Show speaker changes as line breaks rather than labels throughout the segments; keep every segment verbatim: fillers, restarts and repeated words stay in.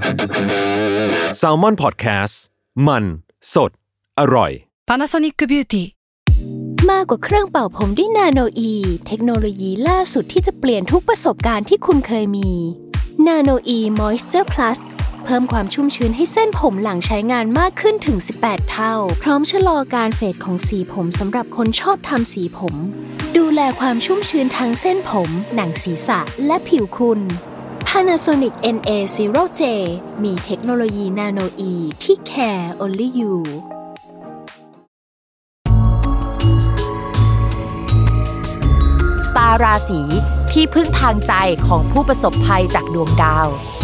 Salmon Podcast มันสดอร่อย
Panasonic Beauty
มากกว่าเครื่องเป่าผมด้วยนาโนอีเทคโนโลยีล่าสุดที่จะเปลี่ยนทุกประสบการณ์ที่คุณเคยมีนาโนอีมอยส์เจอร์พลัสเพิ่มความชุ่มชื้นให้เส้นผมหลังใช้งานมากขึ้นถึงสิบแปดเท่าพร้อมชะลอการเฟดของสีผมสำหรับคนชอบทำสีผมดูแลความชุ่มชื้นทั้งเส้นผมหนังศีรษะและผิวคุณ Panasonic เอ็น เอ ศูนย์ เจ มีเทคโนโลยีนาโนอีที่ care only you
สตาร์ราศีที่พึ่งทางใจของผู้ประสบภัยจากดวงดาว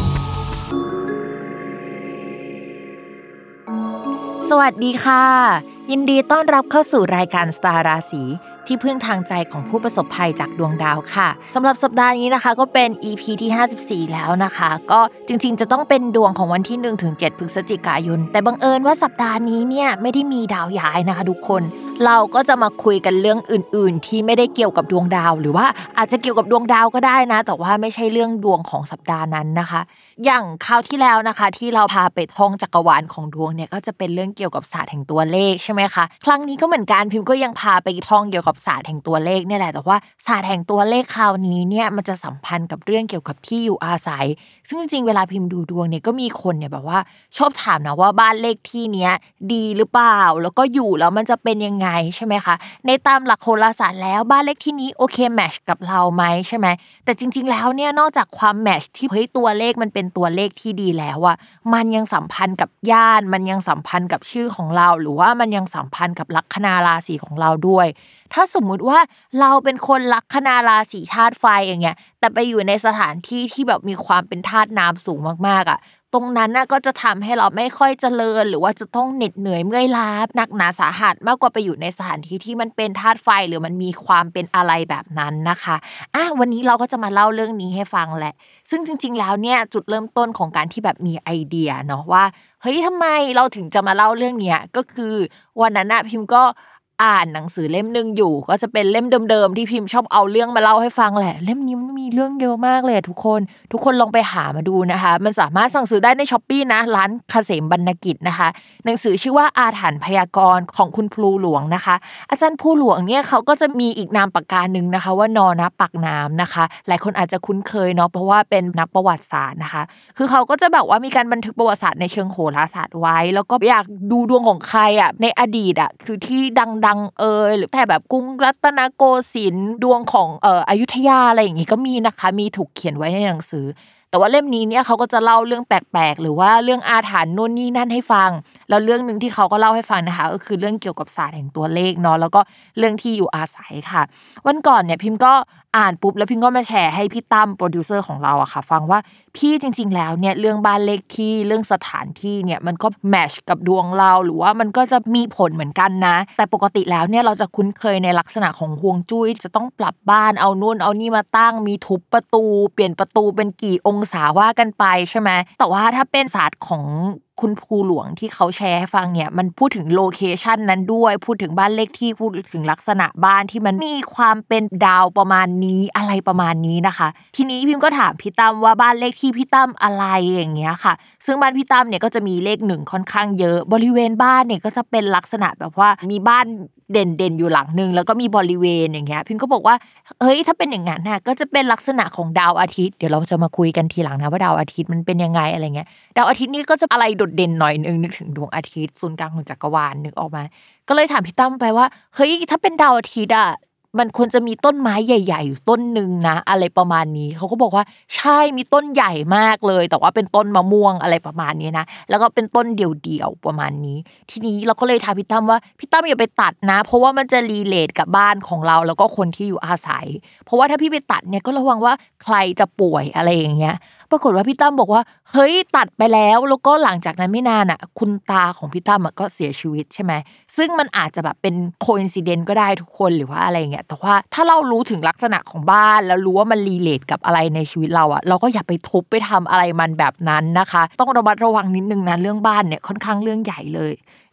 สวัสดีค่ะยินดีต้อนรับเข้าสู่รายการสตาร์ราศีที่พึ่งทางใจของผู้ประสบภัยจากดวงดาวค่ะสำหรับสัปดาห์นี้นะคะก็เป็น อี พี ที่ห้าสิบสี่แล้วนะคะก็จริงๆจะต้องเป็นดวงของวันที่หนึ่งถึงเจ็ดพฤศจิกายนแต่บังเอิญว่าสัปดาห์นี้เนี่ยไม่ได้มีดาวย้ายนะคะทุกคนเราก็จะมาคุยกันเรื่องอื่นๆที่ไม่ได้เกี่ยวกับดวงดาวหรือว่าอาจจะเกี่ยวกับดวงดาวก็ได้นะแต่ว่าไม่ใช่เรื่องดวงของสัปดาห์นั้นนะคะอย่างคราวที่แล้วนะคะที่เราพาไปท่องจักรวาลของดวงเนี่ยก็จะเป็นเรื่องเกี่ยวกับศาสตร์แห่งตัวเลขใช่ไหมคะครั้งนี้ก็เหมือนกันพิมพ์ก็ยังพาไปท่องเกี่ยวกับศาสตร์แห่งตัวเลขเนี่ยแหละแต่ว่าศาสตร์แห่งตัวเลขคราวนี้เนี่ยมันจะสัมพันธ์กับเรื่องเกี่ยวกับที่อยู่อาศัยซึ่งจริงๆเวลาพิมพ์ดูดวงเนี่ยก็มีคนเนี่ยแบบว่าชอบถามนะว่าบ้านเลขที่เนี้ยดีหรือเปล่าแล้วก็อยู่แล้วมันจะเป็นยังไงใช่ไหมคะในตามหลักโหราศาสตร์แล้วบ้านเลขที่นี้โอเคแมทช์กับเราไหมใช่ไหมแต่จริงๆแล้วเนี่ยนอกจากความแมทช์ที่เฮ้ยตัวเลขมันเป็นตัวเลขที่ดีแล้วอะมันยังสัมพันธ์กับย่านมันยังสัมพันธ์กับชื่อของเราหรือว่ามันยังสัมพันธ์กับลัคนาราศีของเราด้วยถ้าสมมุติว่าเราเป็นคนลัคนาราศีธาตุไฟอย่างเงี้ยแต่ไปอยู่ในสถานที่ที่แบบมีความเป็นธาตุน้ำสูงมากๆอ่ะตรงนั้นน่ะก็จะทำให้เราไม่ค่อยเจริญหรือว่าจะต้องเหน็ดเหนื่อยเมื่อยล้าหนักหนาสาหัสมากกว่าไปอยู่ในสถานที่ที่มันเป็นธาตุไฟหรือมันมีความเป็นอะไรแบบนั้นนะคะอ่ะวันนี้เราก็จะมาเล่าเรื่องนี้ให้ฟังแหละซึ่งจริงๆแล้วเนี่ยจุดเริ่มต้นของการที่แบบมีไอเดียเนาะว่าเฮ้ยทำไมเราถึงจะมาเล่าเรื่องเนี้ยก็คือวันนั้นน่ะพิมพ์ก็อ่านหนังสือเล่มนึงอยู่ก็จะเป็นเล่มเดิมๆที่พิมพ์ชอบเอาเรื่องมาเล่าให้ฟังแหละเล่มนี้มันมีเรื่องเยอะมากเลยทุกคนทุกคนลองไปหามาดูนะคะมันสามารถสั่งซื้อได้ใน Shopee นะร้านเกษมบรรณกิจนะคะหนังสือชื่อว่าอาถรรพ์พยากรณ์ของคุณภูหลวงนะคะอาจารย์ภูหลวงเนี่ยเขาก็จะมีอีกนามปากกานึงนะคะว่านอนะปักน้ำนะคะหลายคนอาจจะคุ้นเคยเนาะเพราะว่าเป็นนักประวัติศาสตร์นะคะคือเขาก็จะแบบว่ามีการบันทึกประวัติศาสตร์ในเชิงโหราศาสตร์ไว้แล้วก็อยากดูดวงของใครอ่ะในอดีตอ่ะคือที่ดังๆเออหรือแต่แบบกรุงรัตนโกสินทร์ดวงของเอ่ออยุธยาอะไรอย่างงี้ก็มีนะคะมีถูกเขียนไว้ในหนังสือแต่ว่าเล่มนี้เนี่ยเขาก็จะเล่าเรื่องแปลกๆหรือว่าเรื่องอาถรรพ์นู่นนี่นั่นให้ฟังแล้วเรื่องนึงที่เขาก็เล่าให้ฟังนะคะก็คือเรื่องเกี่ยวกับศาสตร์แห่งตัวเลขเนาะแล้วก็เรื่องที่อยู่อาศัยค่ะวันก่อนเนี่ยพิมพ์ก็อ่านปุ๊บแล้วพิมพ์ก็มาแชร์ให้พี่ตั้มโปรดิวเซอร์ของเราอะค่ะฟังว่าพี่จริงๆแล้วเนี่ยเรื่องบ้านเลขที่เรื่องสถานที่เนี่ยมันก็แมทช์กับดวงเราหรือว่ามันก็จะมีผลเหมือนกันนะแต่ปกติแล้วเนี่ยเราจะคุ้นเคยในลักษณะของฮวงจุ้ยจะต้องปรับบ้านเอานู่นเอานี่มาตั้งมีทุบประตูเปลี่ยนประตูเป็นกี่องศาว่ากันไปใช่ไหมแต่ว่าถ้าเป็นศาสตร์ของคุณภูหลวงที่เขาแชร์ให้ฟังเนี่ยมันพูดถึงโลเคชันนั้นด้วยพูดถึงบ้านเลขที่พูดถึงลักษณะบ้านที่มันมีความเป็นดาวประมาณนี้อะไรประมาณนี้นะคะทีนี้พิมก็ถามพี่ตั้มว่าบ้านเลขที่พี่ตั้มอะไรอย่างเงี้ยค่ะซึ่งบ้านพี่ตั้มเนี่ยก็จะมีเลขหนึ่งค่อนข้างเยอะบริเวณบ้านเนี่ยก็จะเป็นลักษณะแบบว่ามีบ้านเด่นๆอยู่หลังนึงแล้วก็มีบริเวณอย่างเงี้ยพิมก็บอกว่าเฮ้ยถ้าเป็นอย่างนั้นน่ะก็จะเป็นลักษณะของดาวอาทิตย์เดี๋ยวเราจะมาคุยกันทีหลังนะว่าดาวอาทิตย์มันเป็นยังไงอะไรเงี้ยดาวอาทิตย์นี่ก็จะอะไรโดดเด่นหน่อยนึงนึกถึงดวงอาทิตย์ศูนย์กลางของจักรวาลนึกออกมาก็เลยถามพี่ตั้มไปว่าเฮ้ยถ้าเป็นดาวอาทิตย์อ่ะมันควรจะมีต้นไม้ใหญ่ๆอยู่ต้นนึงนะอะไรประมาณนี้เขาก็บอกว่าใช่มีต้นใหญ่มากเลยแต่ว่าเป็นต้นมะม่วงอะไรประมาณนี้นะแล้วก็เป็นต้นเดี่ยวๆประมาณนี้ทีนี้เราก็เลยถามพี่ตั้มว่าพี่ตั้มอย่าไปตัดนะเพราะว่ามันจะรีเลทกับบ้านของเราแล้วก็คนที่อยู่อาศัยเพราะว่าถ้าพี่ไปตัดเนี่ยก็ระวังว่าใครจะป่วยอะไรอย่างเงี้ยปรากฏว่าพี่ตั้มบอกว่าเฮ้ยตัดไปแล้วแล้วก็หลังจากนั้นไม่นานอ่ะคุณตาของพี่ตั้มก็เสียชีวิตใช่ไหมซึ่งมันอาจจะแบบเป็นโคอินซิเดนต์ก็ได้ทุกคนหรือว่าอะไรเงี้ยแต่ว่าถ้าเรารู้ถึงลักษณะของบ้านแล้วรู้ว่ามันรีเลทกับอะไรในชีวิตเราอ่ะเราก็อย่าไปทุบไปทำอะไรมันแบบนั้นนะคะต้องระมัดระวังนิดนึงนะเรื่องบ้านเนี่ยค่อนข้างเรื่องใหญ่เลย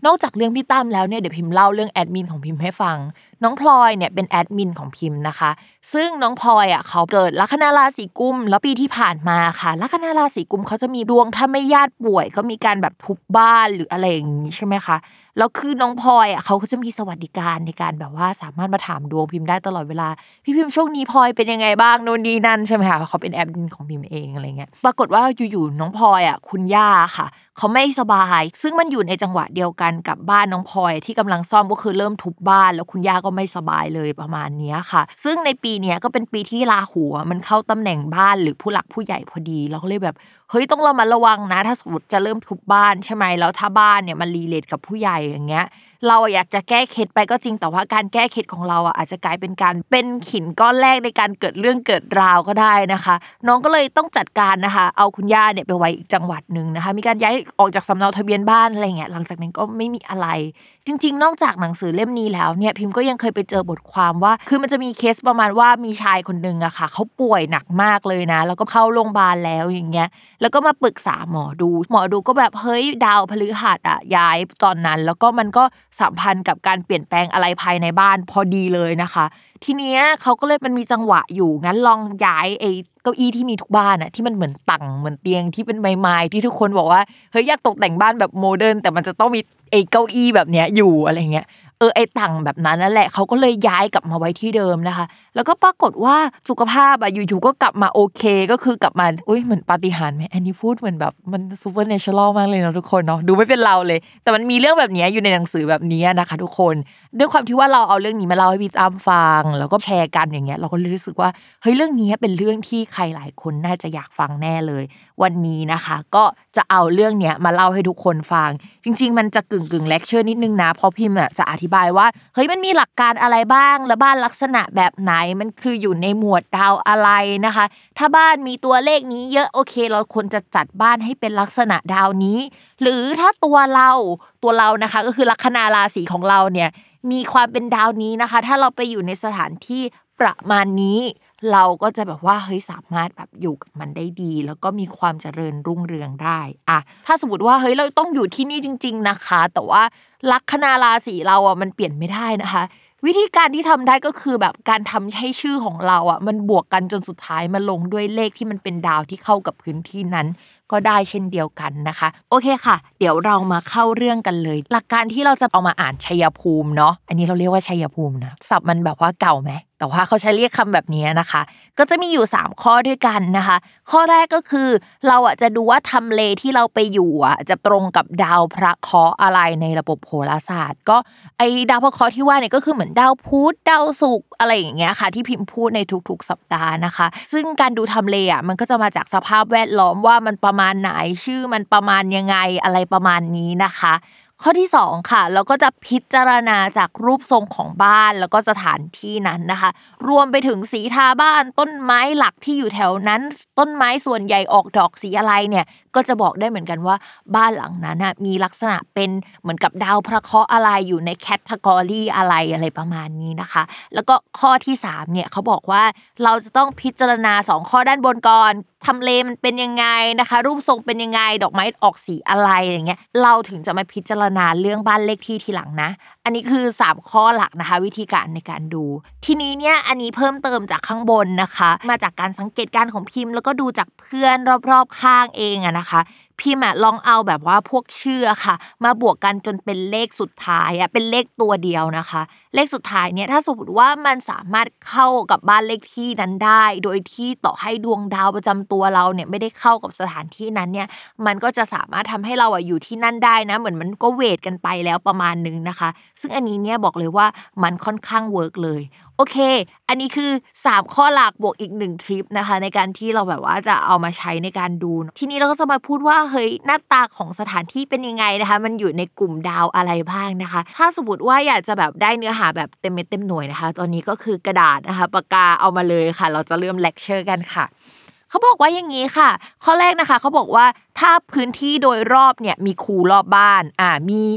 นอกจากเรื่องพี่ตั้มแล้วเนี่ยเดี๋ยวพิมพ์เล่าเรื่องแอดมินของพิมพ์ให้ฟังน้องพลอยเนี่ยเป็นแอดมินของพิมพ์นะคะซึ่งน้องพลอยอ่ะเขาเกิดลัคนาราศีกุมแล้วปีที่ผ่านมาค่ะลัคนาราศีกุมเขาจะมีดวงถ้าไม่ญาติป่วยก็มีการแบบทุบบ้านหรืออะไรอย่างนี้ใช่ไหมคะแล้วคือน้องพลอยอ่ะเขาก็จะมีสวัสดิการในการแบบว่าสามารถมาถามดวงพิมพ์ได้ตลอดเวลาพี่พิมพ์ช่วงนี้พลอยเป็นยังไงบ้างโน่นนี่นั่นใช่ไหมคะเขาเป็นแอดมินของพิมพ์เองอะไรเงี้ยปรากฏว่าอยู่ๆน้องพลอยอ่ะคุณย่าค่ะเขาไม่สบายซึ่งมันอยู่ในจังหวะเดียวกันกับบ้านน้องพลอยที่กำลังซ่อมก็คือเริ่มทุบบ้านแล้วคุณย่าก็ไม่สบายเลยประมาณนี้ค่ะซึ่งในปีนี้ก็เป็นปีที่ราหูมันเข้าตำแหน่งบ้านหรือผู้หลักผู้ใหญ่พอดีเราก็เลยแบบเฮ้ยต้องระมัดระวังนะถ้าสมมติจะเริ่มทุบบ้านใช่ไหมแล้วถ้าบ้านเนี่ยมันรีเลทกับผู้ใหญ่อย่างเงี้ยเราอยากจะแก้เคล็ดไปก็จริงแต่ว่าการแก้เคล็ดของเราอ่ะอาจจะกลายเป็นการเป็นหินก้อนแรกในการเกิดเรื่องเกิดราวก็ได้นะคะน้องก็เลยต้องจัดการนะคะเอาคุณย่าเนี่ยไปไว้อีกจังหวัดนึงนะคะมีการย้ายออกจากสำเนาทะเบียนบ้านอะไรเงี้ยหลังจากนั้นก็ไม่มีอะไรจริงๆนอกจากหนังสือเล่มนี้แล้วเนี่ยพิมพ์ก็ยังเคยไปเจอบทความว่าคือมันจะมีเคสประมาณว่ามีชายคนนึงอะค่ะเขาป่วยหนักมากเลยนะแล้วก็เข้าโรงพยาบาลแล้วอย่างเงี้ยแล้วก็มาปรึกษาหมอดูหมอดูก็แบบเฮ้ยดาวพฤหัสอะย้ายตอนนั้นแล้วก็มันก็สัมพันธ์กับการเปลี่ยนแปลงอะไรภายในบ้านพอดีเลยนะคะทีเนี้ยเขาก็เลยมันมีจังหวะอยู่งั้นลองย้ายไอ้เก้าอี้ที่มีทุกบ้านอะที่มันเหมือนตั่งเหมือนเตียงที่เป็นไม้ๆที่ทุกคนบอกว่าเฮ้ยอยากตกแต่งบ้านแบบโมเดิร์นแต่มันจะต้องมีไอ้เก้าอี้แบบเนี้ยอยู่อะไรเงี้ยเออไอ้ตั่งแบบนั้นนั่นแหละเขาก็เลยย้ายกลับมาไว้ที่เดิมนะคะแล้วก็ปรากฏว่าสุขภาพอะอยู่ๆก็กลับมาโอเคก็คือกลับมาอุ้ยเหมือนปาฏิหาริย์มั้ยอันนี้พูดเหมือนแบบมันซูเปอร์เนเชอรัลมากเลยเนาะทุกคนเนาะดูไม่เป็นเราเลยแต่มันมีเรื่องแบบนี้อยู่ในหนังสือแบบนี้นะคะทุกคนด้วยความที่ว่าเราเอาเรื่องนี้มาเล่าให้พี่ตั้มฟังแล้วก็แชร์กันอย่างเงี้ยเราก็รู้สึกว่าเฮ้ยเรื่องนี้เป็นเรื่องที่ใครหลายคนน่าจะอยากฟังแน่เลยวันนี้นะคะก็จะเอาเรื่องเนี้ยมาเล่าให้ทุกคนฟังจริงๆมันจะกึ่งๆเลคเชอร์นิดนึงนะเพราะพิมพ์อ่ะจะอธิบายว่าเฮ้ยมันมีหลักการอะไรบ้างและบ้านลักษณะแบบไหนมันคืออยู่ในหมวดดาวอะไรนะคะถ้าบ้านมีตัวเลขนี้เยอะโอเคเราควรจะจัดบ้านให้เป็นลักษณะดาวนี้หรือถ้าตัวเราตัวเรานะคะก็คือลัคนาราศีของเราเนี่ยมีความเป็นดาวนี้นะคะถ้าเราไปอยู่ในสถานที่ประมาณนี้เราก็จะแบบว่าเฮ้ยสามารถแบบอยู่กับมันได้ดีแล้วก็มีความเจริญรุ่งเรืองได้อะถ้าสมมติว่าเฮ้ยเราต้องอยู่ที่นี่จริงๆนะคะแต่ว่าลัคนาราศีเราอ่ะมันเปลี่ยนไม่ได้นะคะวิธีการที่ทำได้ก็คือแบบการทำให้ชื่อของเราอ่ะมันบวกกันจนสุดท้ายมาลงด้วยเลขที่มันเป็นดาวที่เข้ากับพื้นที่นั้นก็ได้เช่นเดียวกันนะคะโอเคค่ะเดี๋ยวเรามาเข้าเรื่องกันเลยหลักการที่เราจะเอามาอ่านชัยภูมิเนาะอันนี้เราเรียกว่าชัยภูมินะศัพท์มันแบบว่าเก่าไหมแต่ว่าเขาใช้เรียกคำแบบนี้นะคะก็จะมีอยู่สามข้อด้วยกันนะคะข้อแรกก็คือเราอ่ะจะดูว่าทำเลที่เราไปอยู่อ่ะจะตรงกับดาวพระเคราะห์อะไรในระบบโหราศาสตร์ก็ไอ้ดาวพระเคราะห์ที่ว่าเนี่ยก็คือเหมือนดาวพุธดาวศุกร์อะไรอย่างเงี้ยค่ะที่พิมพ์พูดในทุกๆสัปดาห์นะคะซึ่งการดูทำเลอ่ะมันก็จะมาจากสภาพแวดล้อมว่ามันประมาณไหนชื่อมันประมาณยังไงอะไรประมาณนี้นะคะข้อที่สองค่ะเราก็จะพิจารณาจากรูปทรงของบ้านแล้วก็สถานที่นั้นนะคะรวมไปถึงสีทาบ้านต้นไม้หลักที่อยู่แถวนั้นต้นไม้ส่วนใหญ่ออกดอกสีอะไรเนี่ยก็จะบอกได้เหมือนกันว่าบ้านหลังนั้นนะมีลักษณะเป็นเหมือนกับดาวพระเคราะห์อะไรอยู่ในแคตตากรีอะไรอะไรประมาณนี้นะคะแล้วก็ข้อที่สามเนี่ยเขาบอกว่าเราจะต้องพิจารณาสองข้อด้านบนก่อนทำเลมันเป็นยังไงนะคะรูปทรงเป็นยังไงดอกไม้ออกสีอะไรอย่างเงี้ยเราถึงจะมาพิจารณาเรื่องบ้านเลขที่ทีหลังนะอันนี้คือสามข้อหลักนะคะวิธีการในการดูทีนี้เนี่ยอันนี้เพิ่มเติมจากข้างบนนะคะมาจากการสังเกตการของพิมพ์แล้วก็ดูจากเพื่อนรอบๆข้างเองอะนะคะพิมพ์ลองเอาแบบว่าพวกชื่อค่ะมาบวกกันจนเป็นเลขสุดท้ายอะเป็นเลขตัวเดียวนะคะเลขสุดท้ายเนี่ยถ้าสมมติว่ามันสามารถเข้ากับบ้านเลขที่นั้นได้โดยที่ต่อให้ดวงดาวประจำตัวเราเนี่ยไม่ได้เข้ากับสถานที่นั้นเนี่ยมันก็จะสามารถทำให้เราอะอยู่ที่นั่นได้นะเหมือนมันก็เวทกันไปแล้วประมาณนึงนะคะซึ่งอันนี้เนี่ยบอกเลยว่ามันค่อนข้างเวิร์กเลยโอเคอันนี้คือสามข้อหลักบวกอีกหนึ่งทริปนะคะในการที่เราแบบว่าจะเอามาใช้ในการดูทีนี้เราก็จะมาพูดว่าเฮ้ยหน้าตาของสถานที่เป็นยังไงนะคะมันอยู่ในกลุ่มดาวอะไรบ้างนะคะถ้าสมมติว่าอยากจะแบบได้เนื้อหาแบบเต็มเม็ดเต็มหน่วยนะคะตอนนี้ก็คือกระดาษนะคะปากกาเอามาเลยค่ะเราจะเริ่มเลคเชอร์กันค่ะเขาบอกว่าอย่างนี้ค่ะข้อแรกนะคะเขาบอกว่าถ้าพื้นที่โดยรอบเนี่ยมีคูรอบบ้านอ่ามี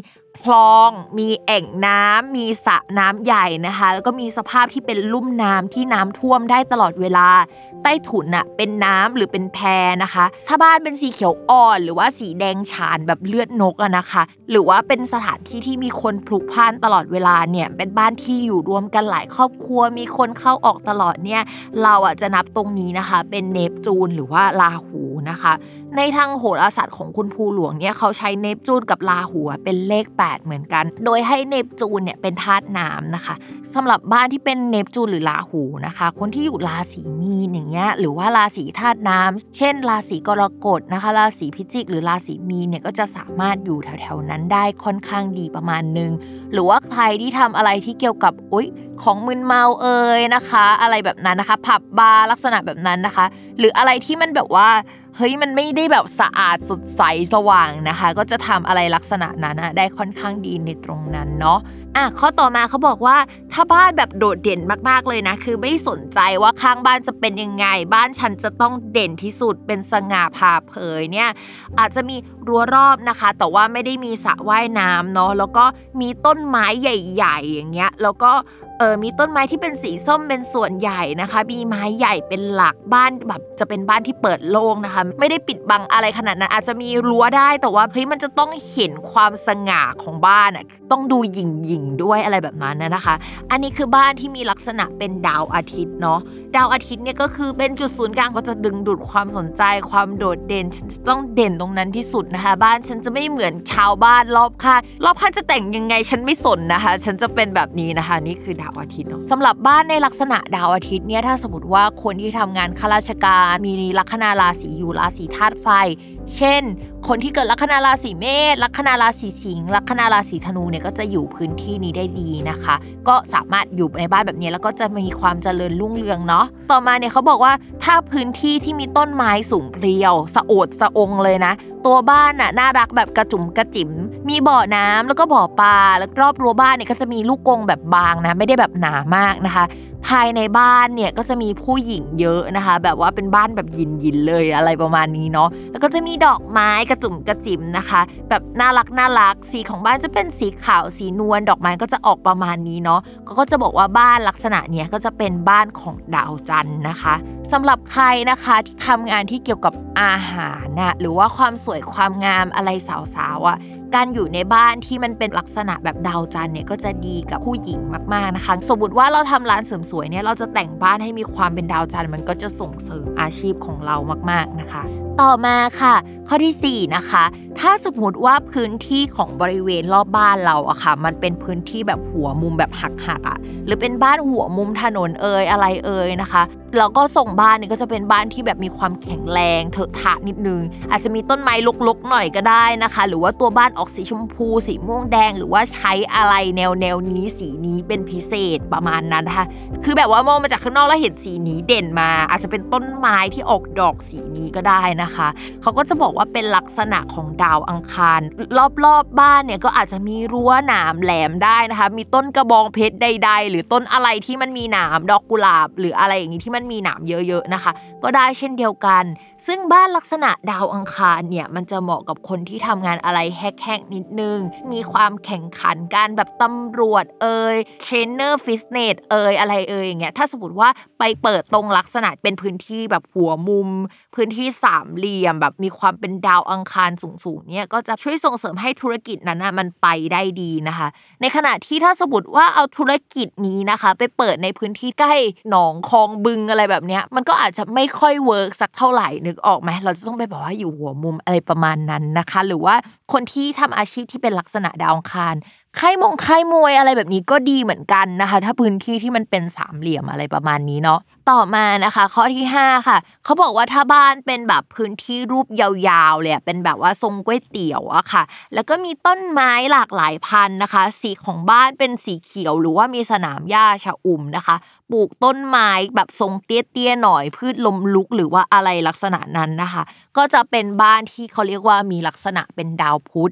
คลองมีแอ่งน้ำมีสระน้ำใหญ่นะคะแล้วก็มีสภาพที่เป็นลุ่มน้ำที่น้ำท่วมได้ตลอดเวลาใต้ถุนน่ะเป็นน้ำหรือเป็นแพนะคะถ้าบ้านเป็นสีเขียวอ่อนหรือว่าสีแดงฉานแบบเลือดนกอะนะคะหรือว่าเป็นสถานที่ที่มีคนพลุกพล่านตลอดเวลาเนี่ยเป็นบ้านที่อยู่รวมกันหลายครอบครัวมีคนเข้าออกตลอดเนี่ยเราอ่ะจะนับตรงนี้นะคะเป็นเนปจูนหรือว่าราหูนะคะในทางโหราศาสตร์ของคุณภูหลวงเนี่ยเขาใช้เนปจูนกับราหูเป็นเลขแปดเหมือนกันโดยให้เนปจูนเนี่ยเป็นธาตุน้ำนะคะสำหรับบ้านที่เป็นเนปจูนหรือราหูนะคะคนที่อยู่ราศีมีนอย่างเงี้ยหรือว่าราศีธาตุน้ำเช่นราศีกรกฎนะคะราศีพิจิกหรือราศีมีนเนี่ยก็จะสามารถอยู่แถวๆนั้นได้ค่อนข้างดีประมาณนึงหรือว่าใครที่ทำอะไรที่เกี่ยวกับอุ๊ยของมึนเมาเอ่ยนะคะอะไรแบบนั้นนะคะผับบาร์ลักษณะแบบนั้นนะคะหรืออะไรที่มันแบบว่าเฮ้ยมันไม่ได้แบบสะอาดสดใสสว่างนะคะก็จะทำอะไรลักษณะนั้นนะได้ค่อนข้างดีในตรงนั้นเนาะอ่ะข้อต่อมาเขาบอกว่าถ้าบ้านแบบโดดเด่นมากๆเลยนะคือไม่สนใจว่าข้างบ้านจะเป็นยังไงบ้านฉันจะต้องเด่นที่สุดเป็นสง่าผ่าเผยเนี่ยอาจจะมีรั้วรอบนะคะแต่ว่าไม่ได้มีสระว่ายน้ำเนาะแล้วก็มีต้นไม้ใหญ่ๆอย่างเงี้ยแล้วก็เออมีต้นไม้ที่เป็นสีส้มเป็นส่วนใหญ่นะคะมีไม้ใหญ่เป็นหลักบ้านแบบจะเป็นบ้านที่เปิดโล่งนะคะไม่ได้ปิดบังอะไรขนาดนั้นอาจจะมีรั้วได้แต่ว่าเฮ้ยมันจะต้องเห็นความสง่าของบ้านอ่ะต้องดูหยิ่งๆด้วยอะไรแบบนั้นนะคะอันนี้คือบ้านที่มีลักษณะเป็นดาวอาทิตย์เนาะดาวอาทิตย์เนี่ยก็คือเป็นจุดศูนย์กลางก็จะดึงดูดความสนใจความโดดเด่นฉันจะต้องเด่นตรงนั้นที่สุดนะคะบ้านฉันจะไม่เหมือนชาวบ้านรอบข้างรอบข้างจะแต่งยังไงฉันไม่สนนะคะฉันจะเป็นแบบนี้นะคะนี่คือดาวอาทิตย์เนาะสำหรับบ้านในลักษณะดาวอาทิตย์เนี่ยถ้าสมมติว่าคนที่ทำงานข้าราชการมีลัคนาราศีอยู่ราศีธาตุไฟเช่นคนที่เกิดลัคนาราศีเมษลัคนาราศีสิงห์ลัคนาราศีธนูเนี่ยก็จะอยู่พื้นที่นี้ได้ดีนะคะก็สามารถอยู่ในบ้านแบบนี้แล้วก็จะมีความเจริญรุ่งเรืองเนาะต่อมาเนี่ยเขาบอกว่าถ้าพื้นที่ที่มีต้นไม้สูงเพรียวสะโอดสะองเลยนะตัวบ้านน่ะน่ารักแบบกระจุ๋มกระจิ๋มมีบ่อน้ำแล้วก็บ่อปลาแล้วรอบรั้วบ้านเนี่ยก็จะมีลูกกรงแบบบางนะไม่ได้แบบหนามากนะคะภายในบ้านเนี่ยก็จะมีผู้หญิงเยอะนะคะแบบว่าเป็นบ้านแบบยินๆเลยอะไรประมาณนี้เนาะแล้วก็จะมีดอกไม้กระจุ่มกระจิ๋มนะคะแบบน่ารักน่ารักสีของบ้านจะเป็นสีขาวสีนวลดอกไม้ก็จะออกประมาณนี้เนาะก็จะบอกว่าบ้านลักษณะเนี้ยก็จะเป็นบ้านของดาวจันทร์นะคะสำหรับใครนะคะที่ทำงานที่เกี่ยวกับอาหารนะหรือว่าความสวยความงามอะไรสาวๆอ่ะการอยู่ในบ้านที่มันเป็นลักษณะแบบดาวจันทร์เนี่ยก็จะดีกับผู้หญิงมากๆนะคะสมมติว่าเราทำร้านเสริมสวยเนี่ยเราจะแต่งบ้านให้มีความเป็นดาวจันทร์มันก็จะส่งเสริมอาชีพของเรามากๆนะคะต่อมาค่ะข้อที่สี่นะคะถ้าสมมติว่าพื้นที่ของบริเวณรอบบ้านเราอะค่ะมันเป็นพื้นที่แบบหัวมุมแบบหักๆอะหรือเป็นบ้านหัวมุมถนนเอ่ยอะไรเอ่ยนะคะแล้วก็ส่งบ้านเนี่ยก็จะเป็นบ้านที่แบบมีความแข็งแรงเถอะทะนิดนึงอาจจะมีต้นไม้รกๆหน่อยก็ได้นะคะหรือว่าตัวบ้านออกสีชมพูสีม่วงแดงหรือว่าใช้อะไรแนวแนวนี้สีนี้เป็นพิเศษประมาณนั้นนะคะคือแบบว่ามองมาจากข้างนอกแล้วเห็นสีนี้เด่นมาอาจจะเป็นต้นไม้ที่ออกดอกสีนี้ก็ได้นะคะเขาก็จะบอกว่าเป็นลักษณะของดาวอังคารรอบๆบ้านเนี่ยก็อาจจะมีรั้วหนามแหลมได้นะคะมีต้นกระบองเพชรใดๆหรือต้นอะไรที่มันมีหนามดอกกุหลาบหรืออะไรอย่างนี้ที่มันมีหนามเยอะๆนะคะก็ได้เช่นเดียวกันซึ่งบ้านลักษณะดาวอังคารเนี่ยมันจะเหมาะกับคนที่ทำงานอะไรแฮกๆนิดนึงมีความแข่งขันกันแบบตำรวจเอ่ยเทรนเนอร์ฟิตเนสเอ่ยอะไรเอ่ยอย่างเงี้ยถ้าสมมติว่าไปเปิดตรงลักษณะเป็นพื้นที่แบบหัวมุมพื้นที่สามเหลี่ยมแบบมีความเป็นดาวอังคารสูงๆเนี่ยก็จะช่วยส่งเสริมให้ธุรกิจนั้นนะมันไปได้ดีนะคะในขณะที่ถ้าสมมติว่าเอาธุรกิจนี้นะคะไปเปิดในพื้นที่ใกล้หนองคลองบึงอะไรแบบเนี้ยมันก็อาจจะไม่ค่อยเวิร์กสักเท่าไหร่นึกออกไหมเราจะต้องไปบอกว่าอยู่หัวมุมอะไรประมาณนั้นนะคะหรือว่าคนที่ทำอาชีพที่เป็นลักษณะดาวอังคารค่ายมงค่ายมวยอะไรแบบนี้ก็ดีเหมือนกันนะคะถ้าพื้นที่ที่มันเป็นสามเหลี่ยมอะไรประมาณนี้เนาะต่อมานะคะข้อที่ห้าค่ะเขาบอกว่าถ้าบ้านเป็นแบบพื้นที่รูปยาวๆเลยเป็นแบบว่าทรงก๋วยเตี๋ยวอะค่ะแล้วก็มีต้นไม้หลากหลายพันธุ์นะคะสีของบ้านเป็นสีเขียวหรือว่ามีสนามหญ้าชอุ่มนะคะปลูกต้นไม้แบบทรงเตี้ยๆหน่อยพืชลมลุกหรือว่าอะไรลักษณะนั้นนะคะก็จะเป็นบ้านที่เขาเรียกว่ามีลักษณะเป็นดาวพุธ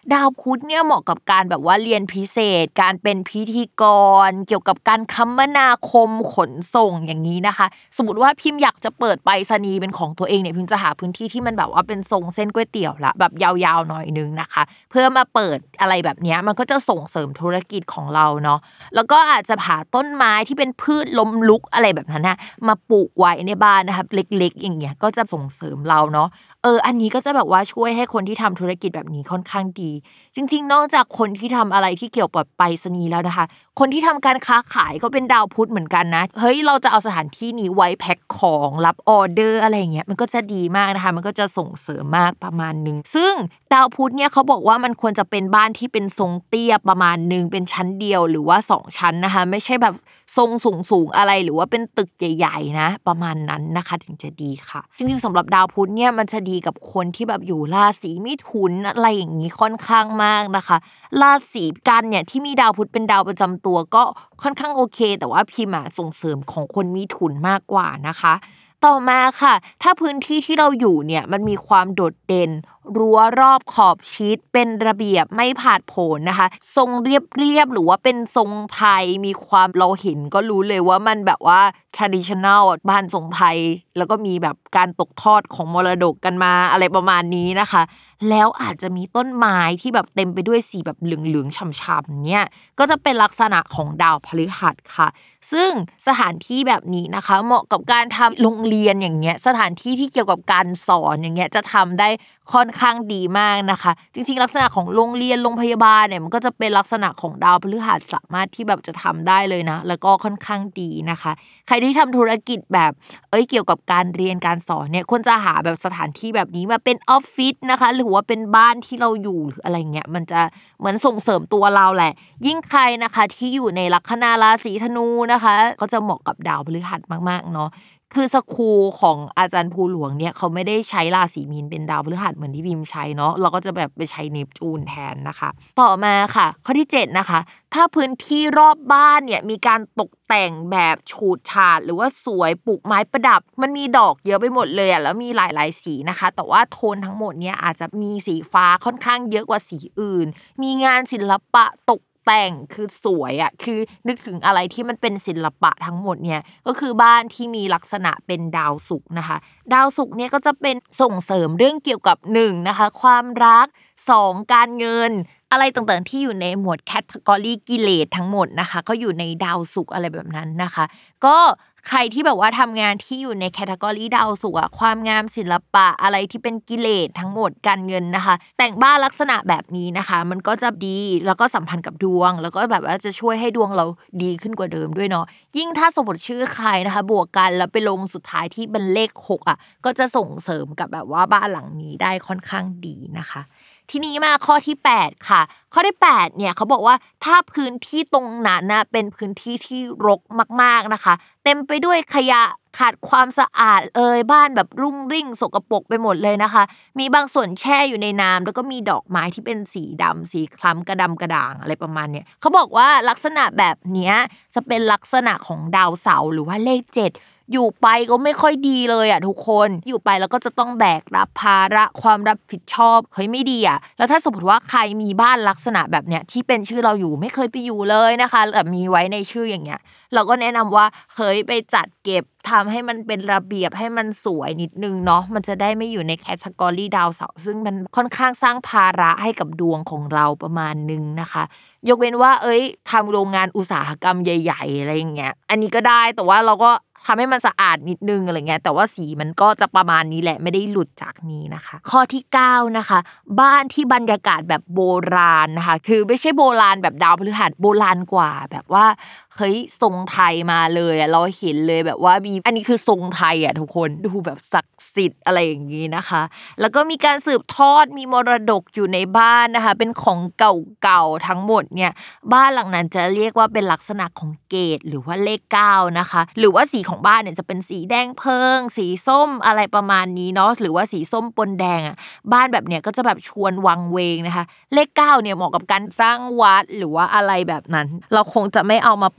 ดาวพุธเนี่ยเหมาะกับการแบบว่าเรียนพิเศษการเป็นพิธีกรเกี่ยวกับการคมนาคมขนส่งอย่างนี้นะคะสมมติว่าพิมพ์อยากจะเปิดไปรษณีย์เป็นของตัวเองเนี่ยพิมพ์จะหาพื้นที่ที่มันแบบว่าเป็นทรงเส้นก๋วยเตี๋ยวละแบบยาวๆหน่อยนึงนะคะเพื่อมาเปิดอะไรแบบนี้มันก็จะส่งเสริมธุรกิจของเราเนาะแล้วก็อาจจะหาต้นไม้ที่เป็นพืชล้มลุกอะไรแบบนั้นนะมาปลูกไว้ในบ้านนะคะเล็กๆอย่างเงี้ยก็จะส่งเสริมเราเนาะเอออันนี้ก็จะแบบว่าช่วยให้คนที่ทำธุรกิจแบบนี้ค่อนข้างดีจริงๆนอกจากคนที่ทำอะไรที่เกี่ยวกับไปรษณีย์แล้วนะคะคนที่ทำการค้าขายก็เป็นดาวพุธเหมือนกันนะเฮ้ยเราจะเอาสถานที่นี้ไว้แพ็คของรับออเดอร์อะไรอย่างเงี้ยมันก็จะดีมากนะคะมันก็จะส่งเสริมมากประมาณนึงซึ่งดาวพุธเนี่ยเขาบอกว่ามันควรจะเป็นบ้านที่เป็นทรงเตี้ยประมาณนึงเป็นชั้นเดียวหรือว่าสองชั้นนะคะไม่ใช่แบบทรงสูงๆอะไรหรือว่าเป็นตึกใหญ่ๆนะประมาณนั้นนะคะถึงจะดีค่ะจริงๆสำหรับดาวพุธเนี่ยมันจะดีกับคนที่แบบอยู่ราศีมิถุนอะไรอย่างนี้ค่อนข้างมากนะคะราศีกันเนี่ยที่มีดาวพุธเป็นดาวประจำตัวก็ค่อนข้างโอเคแต่ว่าพิมพ์ส่งเสริมของคนมิถุนมากกว่านะคะต่อมาค่ะถ้าพื้นที่ที่เราอยู่เนี่ยมันมีความโดดเด่นรั้วรอบขอบชิดเป็นระเบียบไม่ผาดโผนนะคะทรงเรียบๆหรือว่าเป็นทรงไทยมีความเราเห็นก็รู้เลยว่ามันแบบว่า traditional บ้านทรงไทยแล้วก็มีแบบการตกทอดของมรดกกันมาอะไรประมาณนี้นะคะแล้วอาจจะมีต้นไม้ที่แบบเต็มไปด้วยสีแบบเหลืองๆฉ่ำๆเนี่ยก็จะเป็นลักษณะของดาวพฤหัสค่ะซึ่งสถานที่แบบนี้นะคะเหมาะกับการทำโรงเรียนอย่างเงี้ยสถานที่ที่เกี่ยวกับการสอนอย่างเงี้ยจะทำได้ค่อนข้างดีมากนะคะจริงๆลักษณะของโรงเรียนโรงพยาบาลเนี่ยมันก็จะเป็นลักษณะของดาวพฤหัสสามารถที่แบบจะทำได้เลยนะแล้วก็ค่อนข้างดีนะคะใครที่ทำธุรกิจแบบเอ้ยเกี่ยวกับการเรียนการสอนเนี่ยควรจะหาแบบสถานที่แบบนี้มาเป็นออฟฟิศนะคะหรือว่าเป็นบ้านที่เราอยู่หรืออะไรเงี้ยมันจะเหมือนส่งเสริมตัวเราแหละยิ่งใครนะคะที่อยู่ในลัคนาราศีธนูนะคะก็จะเหมาะกับดาวพฤหัสมากๆเนาะคือสคูลของอาจารย์ภูหลวงเนี่ยเขาไม่ได้ใช้ราศีมีนเป็นดาวพฤหัสเหมือนที่พิมพ์ใช้เนาะเราก็จะแบบไปใช้เนปจูนแทนนะคะต่อมาค่ะข้อที่เจ็ดนะคะถ้าพื้นที่รอบบ้านเนี่ยมีการตกแต่งแบบฉูดฉาดหรือว่าสวยปลูกไม้ประดับมันมีดอกเยอะไปหมดเลยอ่ะแล้วมีหลายๆสีนะคะแต่ว่าโทนทั้งหมดเนี่ยอาจจะมีสีฟ้าค่อนข้างเยอะกว่าสีอื่นมีงานศิลปะตกแต่งคือสวยอ่ะคือนึกถึงอะไรที่มันเป็นศิลปะทั้งหมดเนี่ยก็คือบ้านที่มีลักษณะเป็นดาวศุกร์นะคะดาวศุกร์เนี่ยก็จะเป็นส่งเสริมเรื่องเกี่ยวกับหนึ่งนะคะความรักสองการเงินอะไรต่างๆที่อยู่ในหมวดแคตตากรีกิเลสทั้งหมดนะคะก็อยู่ในดาวศุกร์อะไรแบบนั้นนะคะก็ใครที่แบบว่าทำงานที่อยู่ในแคตตากรีดาวศุกร์อะความงามศิลปะอะไรที่เป็นกิเลสทั้งหมดการเงินนะคะแต่งบ้านลักษณะแบบนี้นะคะมันก็จะดีแล้วก็สัมพันธ์กับดวงแล้วก็แบบว่าจะช่วยให้ดวงเราดีขึ้นกว่าเดิมด้วยเนาะยิ่งถ้าสมมติชื่อใครนะคะบวกกันแล้วไปลงสุดท้ายที่เป็นเลขหกอ่ะก็จะส่งเสริมกับแบบว่าบ้านหลังนี้ได้ค่อนข้างดีนะคะทีนี้มาข้อที่แปดค่ะข้อที่แปดเนี่ยเขาบอกว่าถ้าพื้นที่ตรงนั้นนะเป็นพื้นที่ที่รกมากๆนะคะเต็มไปด้วยขยะขาดความสะอาดเอ่ยบ้านแบบรุ่งริ่งสกปรกไปหมดเลยนะคะมีบางส่วนแช่อยู่ในน้ำแล้วก็มีดอกไม้ที่เป็นสีดำสีคล้ำกระดำกระด่างอะไรประมาณเนี้ยเขาบอกว่าลักษณะแบบเนี้ยจะเป็นลักษณะของดาวเสาร์หรือว่าเลขเจ็ดอยู่ไปก็ไม่ค่อยดีเลยอ่ะทุกคนอยู่ไปแล้วก็จะต้องแบกรับภาระความรับผิดชอบเฮ้ยไม่ดีอ่ะแล้วถ้าสมมติว่าใครมีบ้านลักษณะแบบเนี้ยที่เป็นชื่อเราอยู่ไม่เคยไปอยู่เลยนะคะแต่มีไว้ในชื่ออย่างเงี้ยเราก็แนะนำว่าเฮ้ยไปจัดเก็บทำให้มันเป็นระเบียบให้มันสวยนิดนึงเนาะมันจะได้ไม่อยู่ในแคตตากรีดาวเสาร์ซึ่งมันค่อนข้างสร้างภาระให้กับดวงของเราประมาณนึงนะคะยกเว้นว่าเอ้ยทำโรงงานอุตสาหกรรมใหญ่ๆอะไรอย่างเงี้ยอันนี้ก็ได้แต่ว่าเราก็ทำให้มันสะอาดนิดนึงอะไรเงี้ยแต่ว่าสีมันก็จะประมาณนี้แหละไม่ได้หลุดจากนี้นะคะข้อที่เก้านะคะบ้านที่บรรยากาศแบบโบราณนะคะคือไม่ใช่โบราณแบบดาวพฤหัสโบราณกว่าแบบว่าเฮ้ยทรงไทยมาเลยอ่ะเราเห็นเลยแบบว่ามีอันนี้คือทรงไทยอ่ะทุกคนดูแบบศักดิ์สิทธิ์อะไรอย่างงี้นะคะแล้วก็มีการสืบทอดมีมรดกอยู่ในบ้านนะคะเป็นของเก่าๆทั้งหมดเนี่ยบ้านหลังนั้นจะเรียกว่าเป็นลักษณะของเกตหรือว่าเลขเก้านะคะหรือว่าสีของบ้านเนี่ยจะเป็นสีแดงเพิงสีส้มอะไรประมาณนี้เนาะหรือว่าสีส้มปนแดงอ่ะบ้านแบบเนี้ยก็จะแบบชวนวังเวงนะคะเลขเก้าเนี่ยเหมาะกับการสร้างวัดหรือว่าอะไรแบบนั้นเราคงจะไม่เอามา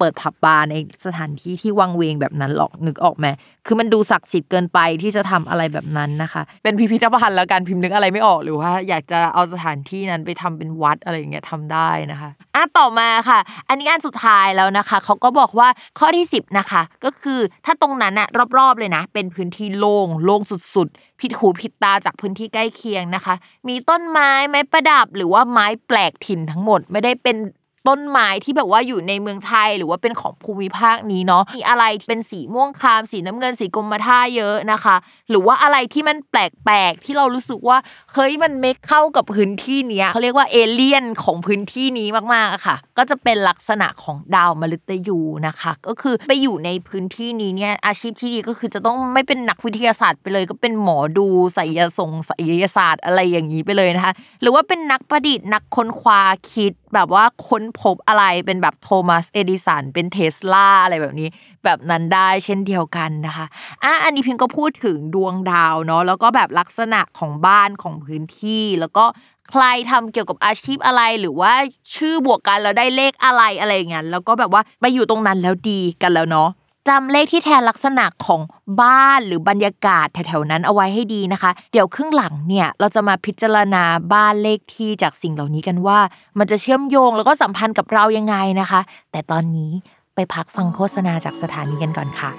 เปิดผับบาร์ในสถานที่ที่วังเวงแบบนั้นหรอกนึกออกไหมคือมันดูศักดิ์สิทธิ์เกินไปที่จะทำอะไรแบบนั้นนะคะเป็นพิพิธภัณฑ์แล้วกันพิมพ์นึกอะไรไม่ออกหรือว่าอยากจะเอาสถานที่นั้นไปทำเป็นวัดอะไรอย่างเงี้ยทำได้นะคะอ่ะต่อมาค่ะอันนี้อันสุดท้ายแล้วนะคะเขาก็บอกว่าข้อที่สิบนะคะก็คือถ้าตรงนั้นอะรอบๆเลยนะเป็นพื้นที่โล่งโล่งสุดๆผิดหูผิดตาจากพื้นที่ใกล้เคียงนะคะมีต้นไม้ไม้ประดับหรือว่าไม้แปลกถิ่นทั้งหมดไม่ได้เป็นต้นไม้ที่แบบว่าอยู่ในเมืองไทยหรือว่าเป็นของภูมิภาคนี้เนาะมีอะไรเป็นสีม่วงครามสีน้ำเงินสีกรมท่าเยอะนะคะหรือว่าอะไรที่มันแปลกๆที่เรารู้สึกว่าเฮ้ยมันเมคเข้ากับพื้นที่เนี้ยเขาเรียกว่าเอเลี่ยนของพื้นที่นี้มากๆอะค่ะก็จะเป็นลักษณะของดาวมฤตยูนะคะก็คือไปอยู่ในพื้นที่นี้เนี่ยอาชีพที่ดีก็คือจะต้องไม่เป็นนักวิทยาศาสตร์ไปเลยก็เป็นหมอดูไสยศงไสยศาสตร์อะไรอย่างนี้ไปเลยนะคะหรือว่าเป็นนักประดิษฐ์นักค้นคว้าคิดแบบว่าค้นพบอะไรเป็นแบบโทมัสเอดิสันเป็นเทสลาอะไรแบบนี้แบบนั้นได้เช่นเดียวกันนะคะอ่ะอันนี้พิมก็พูดถึงดวงดาวเนาะแล้วก็แบบลักษณะของบ้านของพื้นที่แล้วก็ใครทำเกี่ยวกับอาชีพอะไรหรือว่าชื่อบวกกันแล้วได้เลขอะไรอะไรอย่างเงี้ยแล้วก็แบบว่าไปอยู่ตรงนั้นแล้วดีกันแล้วเนาะจำเลขที่แทนลักษณะของบ้านหรือบรรยากาศแถวๆนั้นเอาไว้ให้ดีนะคะเดี๋ยวครึ่งหลังเนี่ยเราจะมาพิจารณาบ้านเลขที่จากสิ่งเหล่านี้กันว่ามันจะเชื่อมโยงแล้วก็สัมพันธ์กับเรายังไงนะคะแต่ตอนนี้ไปพักฟังโฆษณาจากสถานีกันก่อนค่ะ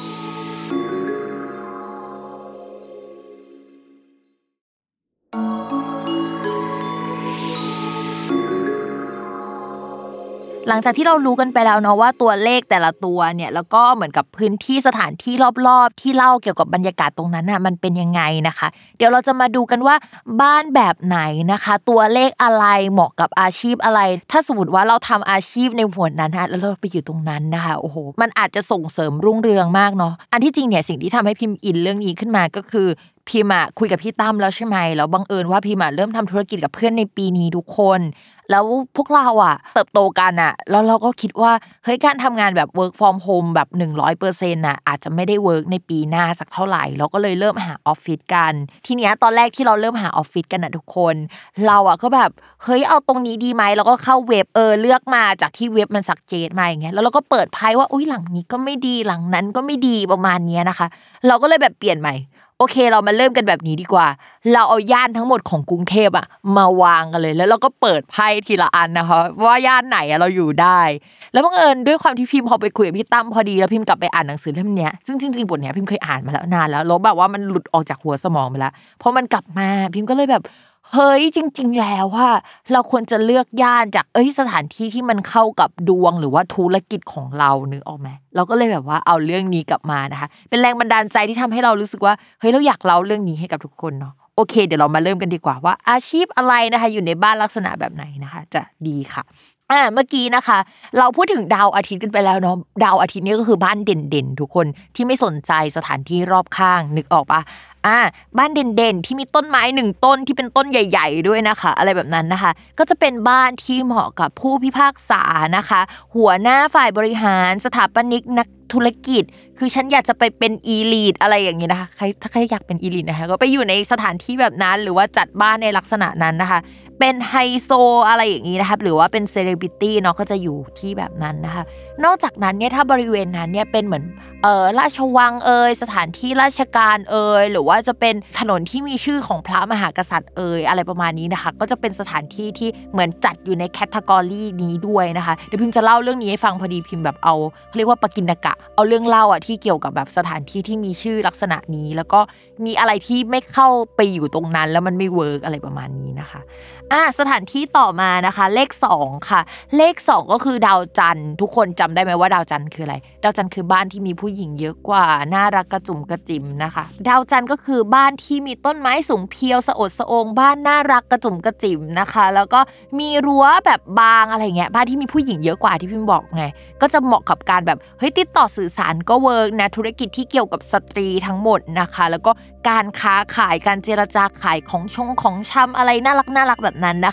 หลังจากที่เรารู้กันไปแล้วเนาะว่าตัวเลขแต่ละตัวเนี่ยแล้วก็เหมือนกับพื้นที่สถานที่รอบๆที่เล่าเกี่ยวกับบรรยากาศตรงนั้นน่ะมันเป็นยังไงนะคะเดี๋ยวเราจะมาดูกันว่าบ้านแบบไหนนะคะตัวเลขอะไรเหมาะกับอาชีพอะไรถ้าสมมติว่าเราทำอาชีพในหัวนั้นนะแล้วเราไปอยู่ตรงนั้นนะคะโอ้โหมันอาจจะส่งเสริมรุ่งเรืองมากเนาะอันที่จริงเนี่ยสิ่งที่ทำให้พิมพ์อินเรื่องนี้ขึ้นมาก็คือพิมอะคุยกับพี่ตั้มแล้วใช่ไหมแล้วบังเอิญว่าพิมอะเริ่มทำธุรกิจกับเพื่อนในปีนี้ทุกคนแล้วพวกเราอ่ะเติบโตกันอ่ะแล้วเราก็คิดว่าเฮ้ยการทำงานแบบ work from home แบบ หนึ่งร้อยเปอร์เซ็นต์ น่ะอาจจะไม่ได้ work ในปีหน้าสักเท่าไหร่เราก็เลยเริ่มหาออฟฟิศกันทีเนี้ยตอนแรกที่เราเริ่มหาออฟฟิศกันน่ะทุกคนเราอ่ะก็แบบเฮ้ยเอาตรงนี้ดีไหมแล้วก็เข้าเว็บเออเลือกมาจากที่เว็บมันสักเจตมาอย่างเงี้ยแล้วเราก็เปิดไพ่ว่าอุ๊ยหลังนี้ก็ไม่ดีหลังนั้นก็ไม่ดีประมาณเนี้ยนะคะเราก็เลยแบบเปลี่ยนใหม่โอเคเรามาเริ่มกันแบบนี้ดีกว่าเราเอาย่านทั้งหมดของกรุงเทพอ่ะมาวางกันเลยแล้วเราก็เปิดไพ่ทีละอันนะคะว่าย่านไหนอ่ะเราอยู่ได้แล้วบังเอิญด้วยความที่พิมพ์พอไปคุยกับพี่ตั้มพอดีแล้วพิมพ์กลับไปอ่านหนังสือเล่มเนี้ยซึ่งจริงๆบทเนี้ยพิมพ์เคยอ่านมาแล้วนานแล้วแล้วแบบว่ามันหลุดออกจากหัวสมองไปแล้วพอมันกลับมาพิมพ์ก็เลยแบบเฮ้ยจริงๆแล้วว่าเราควรจะเลือกย่านจากเอ้ยสถานที่ที่มันเข้ากับดวงหรือว่าธุรกิจของเรานึกออกไหมเราก็เลยแบบว่าเอาเรื่องนี้กลับมานะคะเป็นแรงบันดาลใจที่ทำให้เรารู้สึกว่าเฮ้ยเราอยากเล่าเรื่องนี้ให้กับทุกคนเนาะโอเคเดี๋ยวเรามาเริ่มกันดีกว่าว่าอาชีพอะไรนะคะอยู่ในบ้านลักษณะแบบไหนนะคะจะดีค่ะอ่าเมื่อกี้นะคะเราพูดถึงดาวอาทิตย์กันไปแล้วเนาะดาวอาทิตย์นี่ก็คือบ้านเด่นๆทุกคนที่ไม่สนใจสถานที่รอบข้างนึกออกปะอ่าบ้านเด่นๆที่มีต้นไม้หนึ่งต้นที่เป็นต้นใหญ่ๆด้วยนะคะอะไรแบบนั้นนะคะก็จะเป็นบ้านที่เหมาะกับผู้พิพากษานะคะหัวหน้าฝ่ายบริหารสถาปนิกนักธุรกิจคือฉันอยากจะไปเป็นอีลีทอะไรอย่างนี้นะคะใครถ้าใครอยากเป็นอีลีทนะคะก็ไปอยู่ในสถานที่แบบนั้นหรือว่าจัดบ้านในลักษณะนั้นนะคะเป็นไฮโซอะไรอย่างนี้นะคะหรือว่าเป็นเซเลบริตี้เนาะก็จะอยู่ที่แบบนั้นนะคะนอกจากนั้นเนี่ยถ้าบริเวณนั้นเนี่ยเป็นเหมือนเอ่อราชวังเอ่ยสถานที่ราชการเอ่ยหรือว่าจะเป็นถนนที่มีชื่อของพระมหากษัตริย์เอ่ยอะไรประมาณนี้นะคะก็จะเป็นสถานที่ที่เหมือนจัดอยู่ในแคตตากรีนี้ด้วยนะคะเดี๋ยวพิมจะเล่าเรื่องนี้ให้ฟังพอดีพิมแบบเอาเขาเรียกว่าปกิณกะเอาเรื่องเล่าอ่ะที่เกี่ยวกับแบบสถานที่ที่มีชื่อลักษณะนี้แล้วก็มีอะไรที่ไม่เข้าไปอยู่ตรงนั้นแล้วมันไม่เวิร์กอะไรประมาณนี้นะคะอ่ะสถานที่ต่อมานะคะเลขสองค่ะเลขสองก็คือดาวจันทร์ทุกคนจำได้ไหมว่าดาวจันทร์คืออะไรดาวจันทร์คือบ้านที่มีผู้หญิงเยอะกว่าน่ารักกระจุ่มกระจิ๋มนะคะดาวจันทร์ก็คือบ้านที่มีต้นไม้สูงเพียวสะอดสะองบ้านน่ารักกระจุ่มกระจิ๋มนะคะแล้วก็มีรั้วแบบบางอะไรเงี้ยบ้านที่มีผู้หญิงเยอะกว่าที่พิมบอกไงก็จะเหมาะกับการแบบเฮ้ยติดต่อสื่อสารก็เวิร์กนะธุรกิจที่เกี่ยวกับสตรีทั้งหมดนะคะแล้วก็การค้าขายการเจรจาขายของชงของชำอะไรน่ารักน่ารักแบบนั้นนะคะ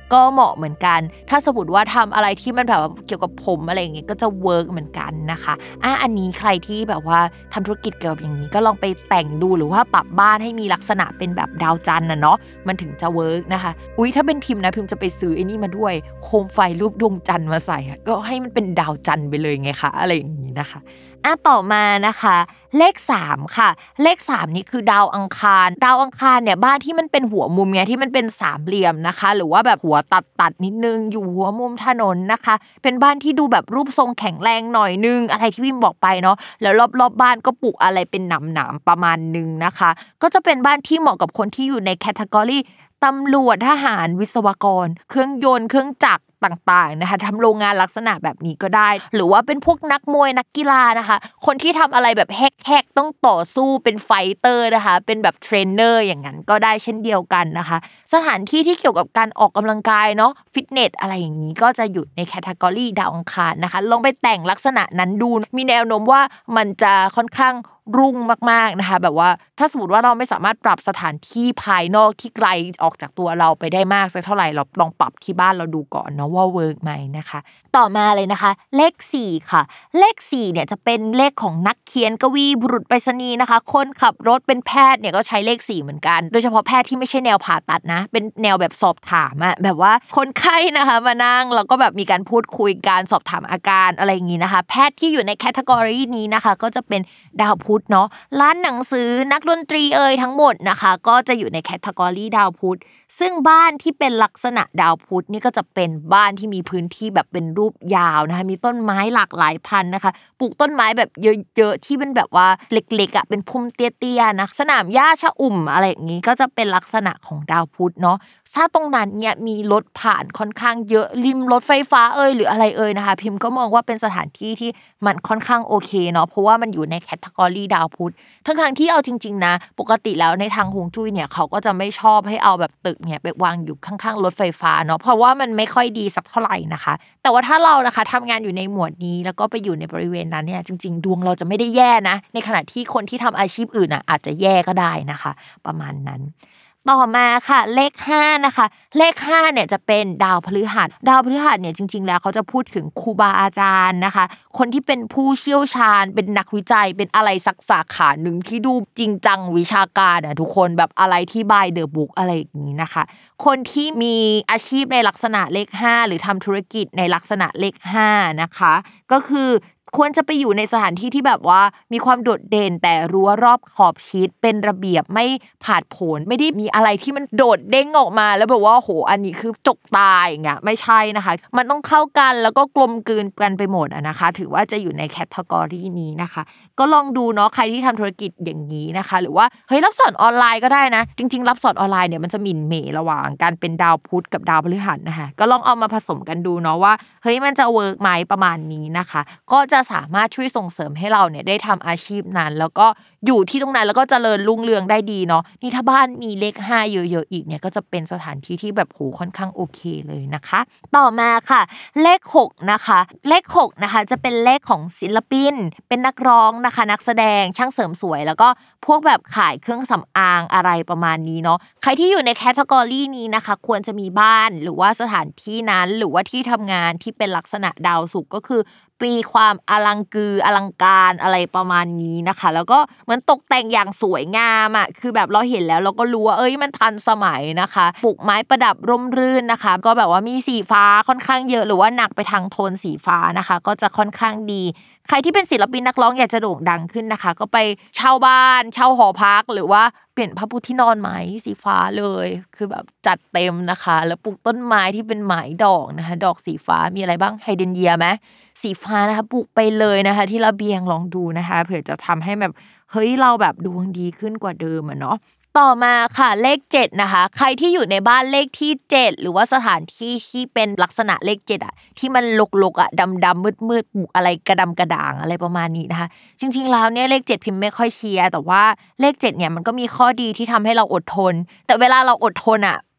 ก็เหมาะเหมือนกันถ้าสมมติว่าทำอะไรที่มันแบบเกี่ยวกับผมอะไรอย่างเงี้ยก็จะเวิร์กเหมือนกันนะคะอ่ะอันนี้ใครที่แบบว่าทำธุรกิจเกี่ยวกับอย่างนี้ก็ลองไปแต่งดูหรือว่าปรับบ้านให้มีลักษณะเป็นแบบดาวจันทร์นะเนาะมันถึงจะเวิร์กนะคะอุ๊ยถ้าเป็นพิมพ์นะพิมพ์จะไปซื้อไอ้นี่มาด้วยโคมไฟรูปดวงจันทร์มาใส่ก็ให้มันเป็นดาวจันทร์ไปเลยไงคะอะไรอย่างนี้นะคะอ่ะต่อมานะคะเลขสามค่ะเลขสามนี่คือดาวอังคารดาวอังคารเนี่ยบ้านที่มันเป็นหัวมุมไงที่มันเป็นสามเหลี่ยมนะคะหรือว่าแบบหัวตัดตัดนิดนึงอยู่หัวมุมถนนนะคะเป็นบ้านที่ดูแบบรูปทรงแข็งแรงหน่อยนึงอะไรที่พิมบอกไปเนาะแล้วรอบๆ บ, บ้านก็ปลูกอะไรเป็นหนามๆประมาณนึงนะคะก็จะเป็นบ้านที่เหมาะกับคนที่อยู่ในแคตตากรีตำรวจทหารวิศวกรเครื่องยนต์เครื่องจักรต่างๆนะคะทำโรงงานลักษณะแบบนี้ก็ได้หรือว่าเป็นพวกนักมวยนักกีฬานะคะคนที่ทำอะไรแบบแฮกๆต้องต่อสู้เป็นไฟเตอร์นะคะเป็นแบบเทรนเนอร์อย่างนั้นก็ได้เช่นเดียวกันนะคะสถานที่ที่เกี่ยวกับการออกกำลังกายเนาะฟิตเนสอะไรอย่างนี้ก็จะอยู่ในแคตตากรีดาวอังคารนะคะลองไปแต่งลักษณะนั้นดูมีแนวโน้มว่ามันจะค่อนข้างรุ่งมากๆนะคะแบบว่าถ้าสมมติว่าเราไม่สามารถปรับสถานที่ภายนอกที่ไกลออกจากตัวเราไปได้มากสักเท่าไหร่เราลองปรับที่บ้านเราดูก่อนเนาะว่าเวิร์กไหมนะคะต่อมาเลยนะคะเลขสี่ค่ะเลขสี่เนี่ยจะเป็นเลขของนักเขียนกวีบุรุษไปรษณีย์นะคะคนขับรถเป็นแพทย์เนี่ยก็ใช้เลขสี่เหมือนกันโดยเฉพาะแพทย์ที่ไม่ใช่แนวผ่าตัดนะเป็นแนวแบบสอบถามอะแบบว่าคนไข้นะคะมานั่งแล้วก็แบบมีการพูดคุยการสอบถามอาการอะไรอย่างงี้นะคะแพทย์ที่อยู่ในแคตตากรีนี้นะคะก็จะเป็นดาวพุธเนาะร้านหนังสือนักดนตรีเอ่ยทั้งหมดนะคะก็จะอยู่ในแคตตากรีดาวพุธซึ่งบ้านที่เป็นลักษณะดาวพุธนี่ก็จะเป็นบ้านที่มีพื้นที่แบบเป็นรูปยาวนะคะมีต้นไม้หลากหลายพันธุ์นะคะปลูกต้นไม้แบบเยอะๆที่เป็นแบบว่าเล็กๆอ่ะเป็นพุ่มเตี้ยๆนะสนามหญ้าชะอุ่มอะไรอย่างงี้ก็จะเป็นลักษณะของดาวพุธเนาะถ้าตรงนั้นเนี่ยมีรถผ่านค่อนข้างเยอะริมรถไฟฟ้าเอ่ยหรืออะไรเอ่ยนะคะพิมพ์ก็มองว่าเป็นสถานที่ที่มันค่อนข้างโอเคเนาะเพราะว่ามันอยู่ในแคตตากรีดาวพุธทั้งๆที่เอาจริงๆนะปกติแล้วในทางฮวงจุ้ยเนี่ยเขาก็จะไม่ชอบให้เอาแบบตึกเนี่ยไปวางอยู่ข้างๆรถไฟฟ้าเนาะเพราะว่ามันไม่ค่อยดีสักเท่าไหร่นะคะแต่ว่าถ้าเรานะคะทำงานอยู่ในหมวดนี้แล้วก็ไปอยู่ในบริเวณนั้นเนี่ยจริงๆดวงเราจะไม่ได้แย่นะในขณะที่คนที่ทำอาชีพอื่นอ่ะอาจจะแย่ก็ได้นะคะประมาณนั้นต่อมาค่ะเลขห้านะคะเลขห้าเนี่ยจะเป็นดาวพฤหัสดาวพฤหัสเนี่ยจริงๆแล้วเขาจะพูดถึงครูบาอาจารย์นะคะคนที่เป็นผู้เชี่ยวชาญเป็นนักวิจัยเป็นอะไรสักสาขาหนึ่งที่ดูจริงจังวิชาการอ่ะทุกคนแบบอะไรที่บายเดอะบุ๊กอะไรอย่างนี้นะคะคนที่มีอาชีพในลักษณะเลขห้าหรือทำธุรกิจในลักษณะเลขห้านะคะก็คือควรจะไปอยู่ในสถานที่ที่แบบว่ามีความโดดเด่นแต่รั้วรอบขอบชิดเป็นระเบียบไม่ผาดโผนไม่ได้มีอะไรที่มันโดดเด้งออกมาแล้วแบบว่าโหอันนี้คือจกตาอย่างเงี้ยไม่ใช่นะคะมันต้องเข้ากันแล้วก็กลมกลืนกันไปหมดอะนะคะถือว่าจะอยู่ในแคตตากรีนี้นะคะก็ลองดูเนาะใครที่ทำธุรกิจอย่างนี้นะคะหรือว่าเฮ้ยรับสอนออนไลน์ก็ได้นะจริงๆรับสอนออนไลน์เนี่ยมันจะหมิ่นเหม่ระหว่างการเป็นดาวพุธกับดาวพฤหัสนะคะก็ลองเอามาผสมกันดูเนาะว่าเฮ้ยมันจะเวิร์กไหมประมาณนี้นะคะก็จะสามารถช่วยส่งเสริมให้เราเนี่ยได้ทำอาชีพนั้นแล้วก็อยู่ที่ตรงนั้นแล้วก็เจริญรุ่งเรืองได้ดีเนาะนี่ถ้าบ้านมีเลขห้าเยอะๆอีกเนี่ยก็จะเป็นสถานที่ที่แบบโหค่อนข้างโอเคเลยนะคะต่อมาค่ะเลขหกนะคะเลขหกนะคะจะเป็นเลขของศิลปินเป็นนักร้องนะคะนักแสดงช่างเสริมสวยแล้วก็พวกแบบขายเครื่องสำอางอะไรประมาณนี้เนาะใครที่อยู่ในแคตตากรีนี้นะคะควรจะมีบ้านหรือว่าสถานที่นั้นหรือว่าที่ทำงานที่เป็นลักษณะดาวศุกร์ก็คือมีความอลังกืออลังการอะไรประมาณนี้นะคะแล้วก็เหมือนตกแต่งอย่างสวยงามอ่ะคือแบบเราเห็นแล้วเราก็รู้ว่าเอ้ยมันทันสมัยนะคะปลูกไม้ประดับร่มรื่นนะคะก็แบบว่ามีสีฟ้าค่อนข้างเยอะหรือว่าหนักไปทางโทนสีฟ้านะคะก็จะค่อนข้างดีใครที่เป็นศิลปินนักร้องอยากจะโด่งดังขึ้นนะคะก็ไปเช่าบ้านเช่าหอพักหรือว่าเปลี่ยนผ้าปูที่นอนไหมสีฟ้าเลยคือแบบจัดเต็มนะคะแล้วปลูกต้นไม้ที่เป็นไม้ดอกนะคะดอกสีฟ้ามีอะไรบ้างไฮเดรนเยียไหมสีฟ้านะคะปลูกไปเลยนะคะที่ระเบียงลองดูนะคะเผื่อจะทำให้แบบเฮ้ยเราแบบดวงดีขึ้นกว่าเดิมอ่ะเนาะต่อมาค่ะเลขเจ็ดนะคะใครที่อยู่ในบ้านเลขที่เจ็ดหรือว่าสถานที่ที่เป็นลักษณะเลขเจ็ดอ่ะที่มันรกๆอ่ะดำๆมืดๆปลูกอะไรกระดำกระด่างอะไรประมาณนี้นะคะจริงๆแล้วเนี่ยเลขเจ็ดพิมพ์ไม่ค่อยเชียร์แต่ว่าเลขเจ็ดเนี่ยมันก็มีข้อดีที่ทำให้เราอดทนแต่เวลาเราอดทนอ่ะ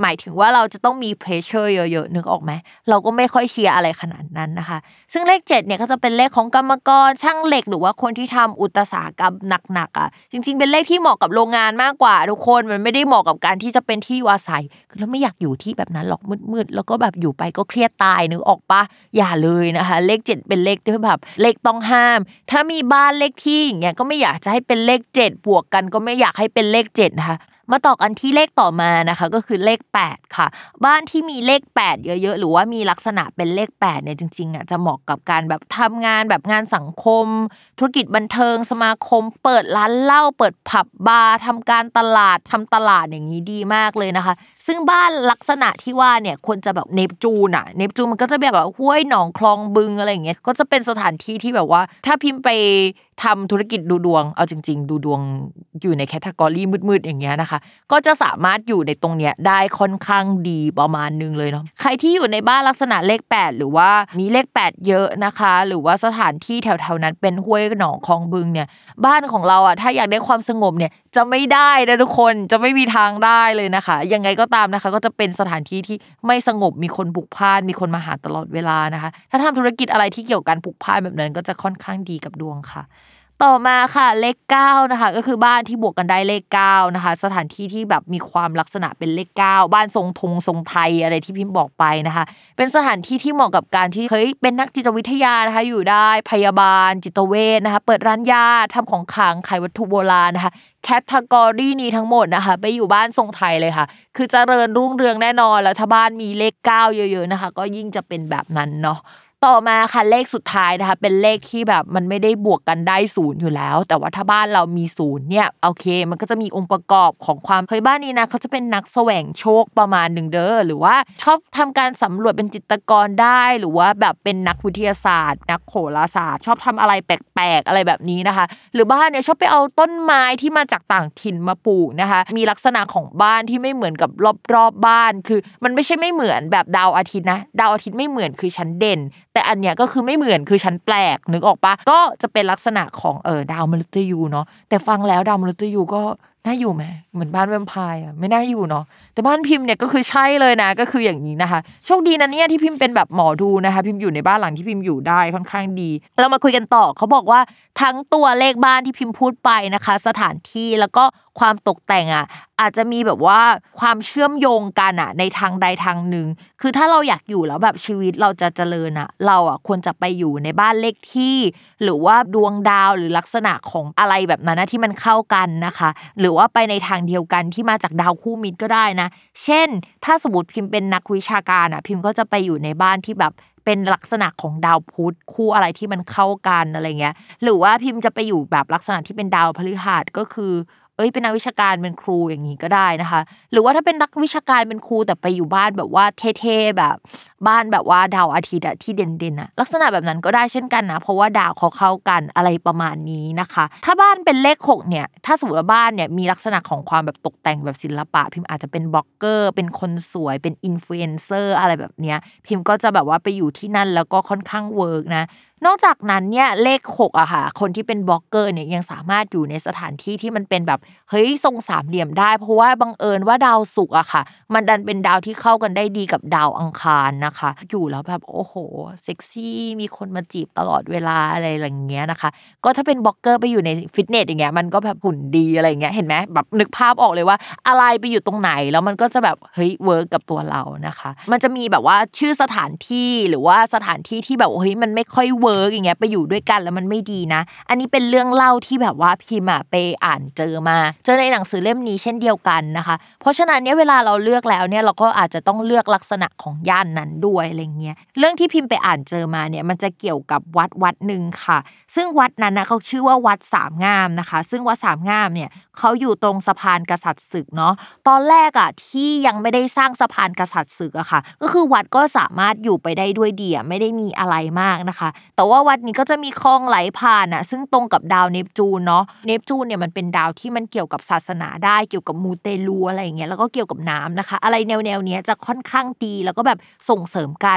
หมายถึงว่าเราจะต้องมี pressure เยอะๆนึกออกไหมเราก็ไม่ค่อยเชียร์อะไรขนาดนั้นนะคะซึ่งเลขเจ็ดเนี่ยก็จะเป็นเลขของกรรมกรช่างเหล็กหรือว่าคนที่ทำอุตสาหกรรมหนักๆอ่ะจริงๆเป็นเลขที่เหมาะกับโรงงานมากกว่าทุกคนมันไม่ได้เหมาะกับการที่จะเป็นที่อยู่อาศัยคือเราไม่อยากอยู่ที่แบบนั้นหรอกมืดๆแล้วก็แบบอยู่ไปก็เครียดตายนึกออกปะอย่าเลยนะคะเลขเจ็ดเป็นเลขที่แบบเลขต้องห้ามถ้ามีบ้านเลขที่อย่างเงี้ยก็ไม่อยากจะให้เป็นเลขเจ็ดบวกกันก็ไม่อยากให้เป็นเลขเจ็ดนะคะมาต่อกันที่เลขต่อมานะคะก็คือเลขแปดค่ะบ้านที่มีเลขแปดเยอะๆหรือว่ามีลักษณะเป็นเลขแปดเนี่ยจริงๆอ่ะจะเหมาะกับการแบบทำงานแบบงานสังคมธุรกิจบันเทิงสมาคมเปิดร้านเหล้าเปิดผับบาร์ทำการตลาดทำตลาดอย่างนี้ดีมากเลยนะคะซึ่งบ้านลักษณะที่ว่าเนี่ยควรจะแบบเนปจูนอ่ะเนปจูนมันก็จะแบบว่าห้วยหนองคลองบึงอะไรอย่างเงี้ยก็จะเป็นสถานที่ที่แบบว่าถ้าพิมพ์ไปทำธุรกิจดูดวงเอาจริงๆดูดวงอยู่ในแคตตากรีมืดๆอย่างเงี้ยนะคะก็จะสามารถอยู่ในตรงเนี้ยได้ค่อนข้างดีประมาณนึงเลยเนาะใครที่อยู่ในบ้านลักษณะเลขแปดหรือว่ามีเลขแปดเยอะนะคะหรือว่าสถานที่แถวๆนั้นเป็นห้วยหนองคลองบึงเนี่ยบ้านของเราอ่ะถ้าอยากได้ความสงบเนี่ยจะไม่ได้นะทุกคนจะไม่มีทางได้เลยนะคะยังไงก็ตามนะคะก็จะเป็นสถานที่ที่ไม่สงบมีคนพลุกพล่านมีคนมาหาตลอดเวลานะคะถ้าทำธุรกิจอะไรที่เกี่ยวกับการพลุกพล่านแบบนั้นก็จะค่อนข้างดีกับดวงค่ะต่อมาค่ะเลขเก้านะคะก็คือบ้านที่บวกกันได้เลขเก้านะคะสถานที่ที่แบบมีความลักษณะเป็นเลขเก้าบ้านทรงธงทรงไทยอะไรที่พิมพ์บอกไปนะคะเป็นสถานที่ที่เหมาะกับการที่เฮ้ยเป็นนักจิตวิทยานะคะอยู่ได้พยาบาลจิตเวชนะคะเปิดร้านยาทำของขลังขายวัตถุโบราณนะคะแคตตากรีนี้ทั้งหมดนะคะไปอยู่บ้านทรงไทยเลยค่ะคือเจริญรุ่งเรืองแน่นอนแล้วถ้าบ้านมีเลขเก้าเยอะๆนะคะก็ยิ่งจะเป็นแบบนั้นเนาะต่อมาค่ะเลขสุดท้ายนะคะเป็นเลขที่แบบมันไม่ได้บวกกันได้ศูนย์อยู่แล้วแต่ว่าถ้าบ้านเรามีศูนย์เนี่ยโอเคมันก็จะมีองค์ประกอบของความเฮ้ยบ้านนี้นะเขาจะเป็นนักแสวงโชคประมาณหนึ่งเด้อหรือว่าชอบทำการสำรวจเป็นจิตรกรได้หรือว่าแบบเป็นนักวิทยาศาสตร์นักโหราศาสตร์ชอบทำอะไรแปลกๆอะไรแบบนี้นะคะหรือบ้านเนี่ยชอบไปเอาต้นไม้ที่มาจากต่างถิ่นมาปลูกนะคะมีลักษณะของบ้านที่ไม่เหมือนกับรอบๆบ้านคือมันไม่ใช่ไม่เหมือนแบบดาวอาทิตย์นะดาวอาทิตย์ไม่เหมือนคือชั้นเด่นแต่อันเนี้ยก็คือไม่เหมือนคือชั้นแปลกนึกออกปะก็จะเป็นลักษณะของเออดาวมฤตยูเนาะแต่ฟังแล้วดาวมฤตยูก็น่าอยู่ไหมเหมือนบ้านแวมไพร์อ่ะไม่น่าอยู่เนาะแต่บ้านพิมพ์เนี่ยก็คือใช่เลยนะก็คืออย่างนี้นะคะโชคดีนะเนี่ยที่พิมพ์เป็นแบบหมอดูนะคะพิมพ์อยู่ในบ้านหลังที่พิมพ์อยู่ได้ค่อนข้างดีเรามาคุยกันต่อเขาบอกว่าทั้งตัวเลขบ้านที่พิมพ์พูดไปนะคะสถานที่แล้วก็ความตกแต่งอ่ะอาจจะมีแบบว่าความเชื่อมโยงกันอ่ะในทางใดทางหนึ่งคือถ้าเราอยากอยู่แล้วแบบชีวิตเราจะเจริญอ่ะเราอ่ะควรจะไปอยู่ในบ้านเลขที่หรือว่าดวงดาวหรือลักษณะของอะไรแบบนั้นนะที่มันเข้ากันนะคะหรือว่าไปในทางเดียวกันที่มาจากดาวคู่มิตรก็ได้นะเช่นถ้าสมมติพิมพ์เป็นนักวิชาการอ่ะพิมพ์ก็จะไปอยู่ในบ้านที่แบบเป็นลักษณะของดาวพุธคู่อะไรที่มันเข้ากันอะไรเงี้ยหรือว่าพิมพ์จะไปอยู่แบบลักษณะที่เป็นดาวพฤหัสก็คือเอ้ยเป็นนักวิชาการเป็นครูอย่างนี้ก็ได้นะคะหรือว่าถ้าเป็นนักวิชาการเป็นครูแต่ไปอยู่บ้านแบบว่าเท่ๆแบบบ้านแบบว่าดาวอาทิตย์อะที่เด่นๆอะลักษณะแบบนั้นก็ได้เช่นกันนะเพราะว่าดาวเขาเข้ากันอะไรประมาณนี้นะคะถ้าบ้านเป็นเลขหกเนี่ยถ้าสมมติว่าบ้านเนี่ยมีลักษณะของความแบบตกแต่งแบบศิลปะพิมพ์อาจจะเป็นบล็อกเกอร์เป็นคนสวยเป็นอินฟลูเอนเซอร์อะไรแบบเนี้ยพิมพ์ก็จะแบบว่าไปอยู่ที่นั่นแล้วก็ค่อนข้างเวิร์กนะนอกจากนั้นเนี่ยเลขหกอะค่ะคนที่เป็นบล็อกเกอร์เนี่ยยังสามารถอยู่ในสถานที่ที่มันเป็นแบบเฮ้ยทรงสามเหลี่ยมได้เพราะว่าบังเอิญว่าดาวศุกร์อะค่ะมันดันเป็นดาวที่เข้ากันได้ดีกับดาวอังคารนะคะอยู่แล้วแบบโอ้โหเซ็กซี่มีคนมาจีบตลอดเวลาอะไรอย่างเงี้ยนะคะก็ถ้าเป็นบล็อกเกอร์ไปอยู่ในฟิตเนสอย่างเงี้ยมันก็แบบหุ่นดีอะไรอย่างเงี้ยเห็นไหมแบบนึกภาพออกเลยว่าอะไรไปอยู่ตรงไหนแล้วมันก็จะแบบเฮ้ยเวิร์กกับตัวเรานะคะมันจะมีแบบว่าชื่อสถานที่หรือว่าสถานที่ที่แบบเฮ้ยมันไม่ค่อยเวิร์กอย่างเงี้ยไปอยู่ด้วยกันแล้วมันไม่ดีนะอันนี้เป็นเรื่องเล่าที่แบบว่าพิมพ์ไปอ่านเจอมาเจอในหนังสือเล่มนี้เช่นเดียวกันนะคะเพราะฉะนั้นเนี่ยเวลาเราเลือกแล้วเนี่ยเราก็อาจจะต้องเลือกลักษณะของย่านนั้นด้วยอะไรเงี้ยเรื่องที่พิมพ์ไปอ่านเจอมาเนี่ยมันจะเกี่ยวกับวัดวัดนึงค่ะซึ่งวัดนั้นนะเขาชื่อว่าวัดสามงามนะคะซึ่งวัดสามงามเนี่ยเขาอยู่ตรงสะพานกษัตริย์ศึกเนาะตอนแรกอ่ะที่ยังไม่ได้สร้างสะพานกษัตริย์ศึกอะค่ะก็คือวัดก็สามารถอยู่ไปได้ด้วยดีอ่ะไม่ได้มีอะไรมากนะคะแต่ว่าวัดนี้ก็จะมีคลองไหลผ่านอ่ะซึ่งตรงกับดาวเนปจูนเนาะเนปจูนเนี่ยมันเป็นดาวที่มันเกี่ยวกับศาสนาได้เกี่ยวกับมูเตลูอะไรอย่างเงี้ยแล้วก็เกี่ยวกับน้ำนะคะอะไรแนวๆเนี้ยจะค่อนข้างดีแล้วก็แบบส่งเสริมกัน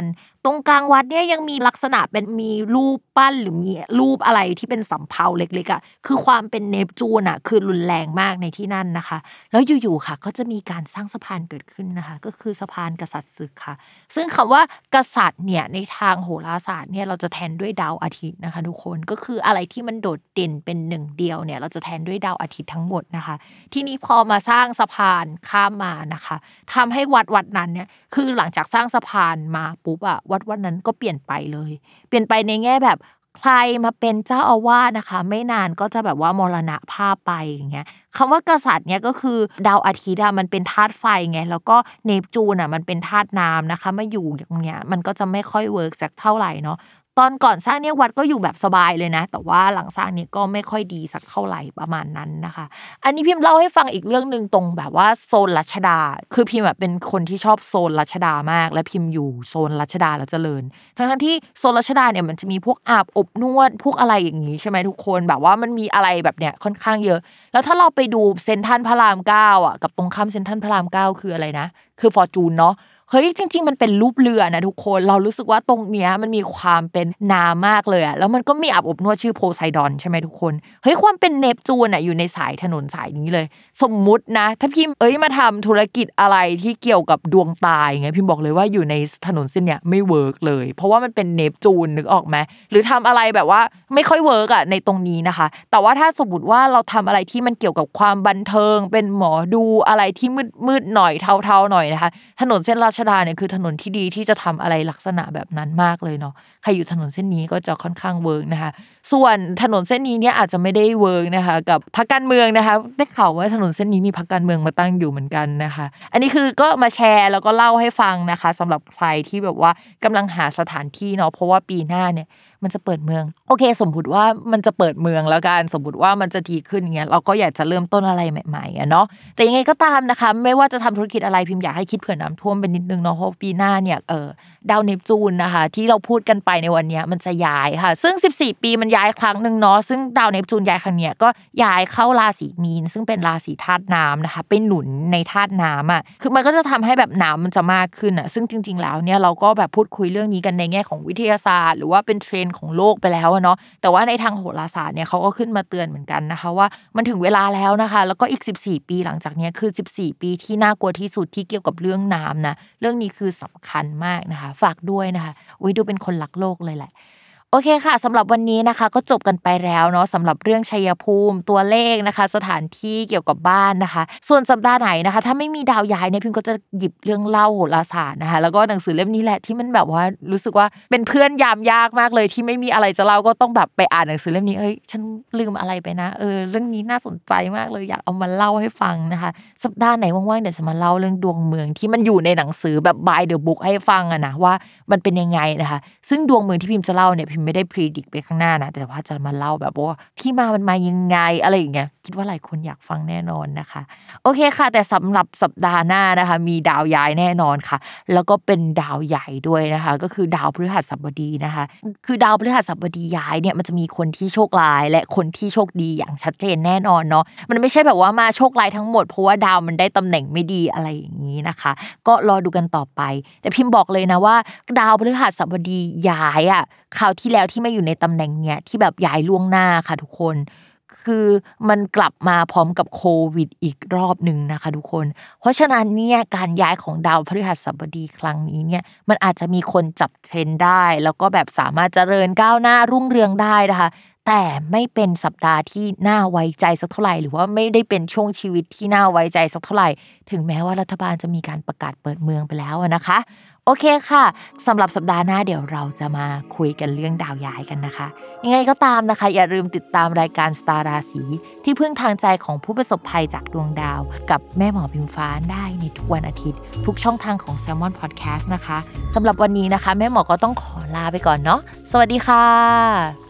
ตรงกลางวัดเนี่ยยังมีลักษณะเป็นมีรูปปั้นหรือมีรูปอะไรที่เป็นสำเภาเล็กๆอ่ะคือความเป็นเนปจูนอ่ะคือรุนแรงมากในที่นั่นนะคะแล้วอยู่ๆค่ะก็จะมีการสร้างสะพานเกิดขึ้นนะคะก็คือสะพานกษัตริย์ศึกค่ะซึ่งคำว่ากษัตริย์เนี่ยในทางโหราศาสตร์เนี่ยเราจะแทนด้วยดาวอาทิตย์นะคะทุกคนก็คืออะไรที่มันโดดเด่นเป็นหนึ่งเดียวเนี่ยเราจะแทนด้วยดาวอาทิตย์ทั้งหมดนะคะทีนี้พอมาสร้างสะพานข้ามมานะคะทำให้วัดวัดนั้นเนี่ยคือหลังจากสร้างสะพานมาปุ๊บอะวัดวัดนั้นก็เปลี่ยนไปเลยเปลี่ยนไปในแง่แบบใครมาเป็นเจ้าอาวาสนะคะไม่นานก็จะแบบว่ามรณภาพไปอย่างเงี้ยคำว่ากษัตริย์เนี่ยก็คือดาวอาทิตย์อะมันเป็นธาตุไฟไงแล้วก็เนปจูนอะมันเป็นธาตุน้ำนะคะมาอยู่อย่างเงี้ยมันก็จะไม่ค่อยเวิร์กสักเท่าไหร่เนาะตอนก่อนสร้างเนี่ยวัดก็อยู่แบบสบายเลยนะแต่ว่าหลังสร้างเนี่ยก็ไม่ค่อยดีสักเท่าไหร่ประมาณนั้นนะคะอันนี้พิมพ์เล่าให้ฟังอีกเรื่องนึงตรงแบบว่าโซนรัชดาคือพิมพ์แบบเป็นคนที่ชอบโซนรัชดามากและพิมพ์อยู่โซนรัชดาแล้วเจริญทั้งๆที่โซนรัชดาเนี่ยมันจะมีพวกอาบอบนวดพวกอะไรอย่างนี้ใช่ไหมทุกคนแบบว่ามันมีอะไรแบบเนี้ยค่อนข้างเยอะแล้วถ้าเราไปดูเซ็นทรัลพระรามเก้าอ่ะกับตรงข้ามเซ็นทรัลพระรามเก้าคืออะไรนะคือฟอร์จูนเนาะเฮ้ยจริงๆมันเป็นรูปเรือนะทุกคนเรารู้สึกว่าตรงเนี้ยมันมีความเป็นน้ำมากเลยอะแล้วมันก็มีอาบอบนวดชื่อโพไซดอนใช่ไหมทุกคนเฮ้ยความเป็นเนปจูนอะอยู่ในสายถนนสายนี้เลยสมมุตินะถ้าพี่เอ้ยมาทำธุรกิจอะไรที่เกี่ยวกับดวงตาอย่างเงี้ยพี่บอกเลยว่าอยู่ในถนนเส้นเนี้ยไม่เวิร์กเลยเพราะว่ามันเป็นเนปจูนนึกออกไหมหรือทำอะไรแบบว่าไม่ค่อยเวิร์กอะในตรงนี้นะคะแต่ว่าถ้าสมมติว่าเราทำอะไรที่มันเกี่ยวกับความบันเทิงเป็นหมอดูอะไรที่มืดมืดหน่อยเทาๆหน่อยนะคะถนนเส้นราชดาเนี่ยคือถนนที่ดีที่จะทำอะไรลักษณะแบบนั้นมากเลยเนาะใครอยู่ถนนเส้นนี้ก็จะค่อนข้างเวิร์กนะคะส่วนถนนเส้นนี้เนี่ยอาจจะไม่ได้เวิร์กนะคะกับพรรคการเมืองนะคะได้ข่าวว่าถนนเส้นนี้มีพรรคการเมืองมาตั้งอยู่เหมือนกันนะคะอันนี้คือก็มาแชร์แล้วก็เล่าให้ฟังนะคะสำหรับใครที่แบบว่ากำลังหาสถานที่เนาะเพราะว่าปีหน้าเนี่ยมันจะเปิดเมืองโอเคสมมติว่ามันจะเปิดเมืองแล้วกันสมมติว่ามันจะดีขึ้นอย่างเงี้ยเราก็อยากจะเริ่มต้นอะไรใหม่ๆอ่ะเนาะแต่ยังไงก็ตามนะคะไม่ว่าจะทำธุรกิจอะไรพิมพ์อยากให้คิดเผื่อน้ำท่วมไปนิดนึงเนาะเพราะปีหน้าเนี่ยเออดาวเนปจูนนะคะที่เราพูดกันไปในวันนี้มันจะย้ายค่ะซึ่งสิบสี่ปีมันย้ายครั้งนึงเนาะซึ่งดาวเนปจูนย้ายครั้งเนี้ยก็ย้ายเข้าราศีมีนซึ่งเป็นราศีธาตุน้ำนะคะไปหนุนในธาตุน้ำอ่ะคือมันก็จะทำให้แบบน้ำมันจะมากขึ้นอ่ะซึ่งจริงๆแล้วเนี่ยเราก็แบบพูดคุยเรื่องนี้กันในแง่ของวิทยาศาสตร์หรือว่าเป็นเทรนด์ของโลกไปแล้วเนาะแต่ว่าในทางโหราศาสตร์เนี่ยเขาก็ขึ้นมาเตือนเหมือนกันนะคะว่ามันถึงเวลาแล้วนะคะแล้วก็อีกสิบสี่ปีหลังจากนี้คือสิบสี่ปีที่น่ากลัวที่สุดที่เกี่ยวกับเรื่องน้ำนะเรื่องนี้คือสำคัญมากนะคะฝากด้วยนะคะอุ๊ยดูเป็นคนรักโลกเลยแหละโอเคค่ะสำหรับวันนี้นะคะก็จบกันไปแล้วเนาะสำหรับเรื่องชัยภูมิตัวเลขนะคะสถานที่เกี่ยวกับบ้านนะคะส่วนสัปดาห์ไหนนะคะถ้าไม่มีดาวย้ายเนี่ยพิมก็จะหยิบเรื่องเล่าโหราศาสตร์นะคะแล้วก็หนังสือเล่มนี้แหละที่มันแบบว่ารู้สึกว่าเป็นเพื่อนยามยากมากเลยที่ไม่มีอะไรจะเล่าก็ต้องแบบไปอ่านหนังสือเล่มนี้เอ้ยฉันลืมอะไรไปนะเออเรื่องนี้น่าสนใจมากเลยอยากเอามาเล่าให้ฟังนะคะสัปดาห์ไหนว่างๆเดี๋ยวจะมาเล่าเรื่องดวงเมืองที่มันอยู่ในหนังสือแบบ by the book ให้ฟังอะนะว่ามันเป็นยังไงนะคะซึ่งดวงเมืองที่พิมจะเล่าเนี่ยพิมไม่ได้ดิกไปข้างหน้านะแต่ว่าจะมาเล่าแบบว่าที่มามันมายังไงอะไรอย่างเงี้ยคิดว่าหลายคนอยากฟังแน่นอนนะคะโอเคค่ะแต่สำหรับสัปดาห์หน้านะคะมีดาวย้ายแน่นอนค่ะแล้วก็เป็นดาวใหญ่ด้วยนะคะก็คือดาวพฤหัสบดีนะคะคือดาวพฤหัสบดีย้ายเนี่ยมันจะมีคนที่โชคร้ายและคนที่โชคดีอย่างชัดเจนแน่นอนเนาะมันไม่ใช่แบบว่ามาโชคร้ายทั้งหมดเพราะว่าดาวมันได้ตำแหน่งไม่ดีอะไรอย่างนี้นะคะก็รอดูกันต่อไปแต่พิมพ์บอกเลยนะว่าดาวพฤหัสบดีย้ายอ่ะคราวที่แล้วที่มาอยู่ในตำแหน่งเนี้ยที่แบบย้ายล่วงหน้าค่ะทุกคนคือมันกลับมาพร้อมกับโควิดอีกรอบนึงนะคะทุกคนเพราะฉะนั้นเนี่ยการย้ายของดาวพฤหัสบดีครั้งนี้เนี่ยมันอาจจะมีคนจับเทรนด์ได้แล้วก็แบบสามารถเจริญก้าวหน้ารุ่งเรืองได้นะคะแต่ไม่เป็นสัปดาห์ที่น่าไว้ใจสักเท่าไหร่หรือว่าไม่ได้เป็นช่วงชีวิตที่น่าไว้ใจสักเท่าไหร่ถึงแม้ว่ารัฐบาลจะมีการประกาศเปิดเมืองไปแล้วนะคะโอเคค่ะสำหรับสัปดาห์หน้าเดี๋ยวเราจะมาคุยกันเรื่องดาวย้ายกันนะคะยังไงก็ตามนะคะอย่าลืมติดตามรายการสตาร์ราศีที่พึ่งทางใจของผู้ประสบภัยจากดวงดาวกับแม่หมอพิมฟ้าได้ในทุกวันอาทิตย์ทุกช่องทางของ Salmon Podcast นะคะสำหรับวันนี้นะคะแม่หมอก็ต้องขอลาไปก่อนเนาะสวัสดีค่ะ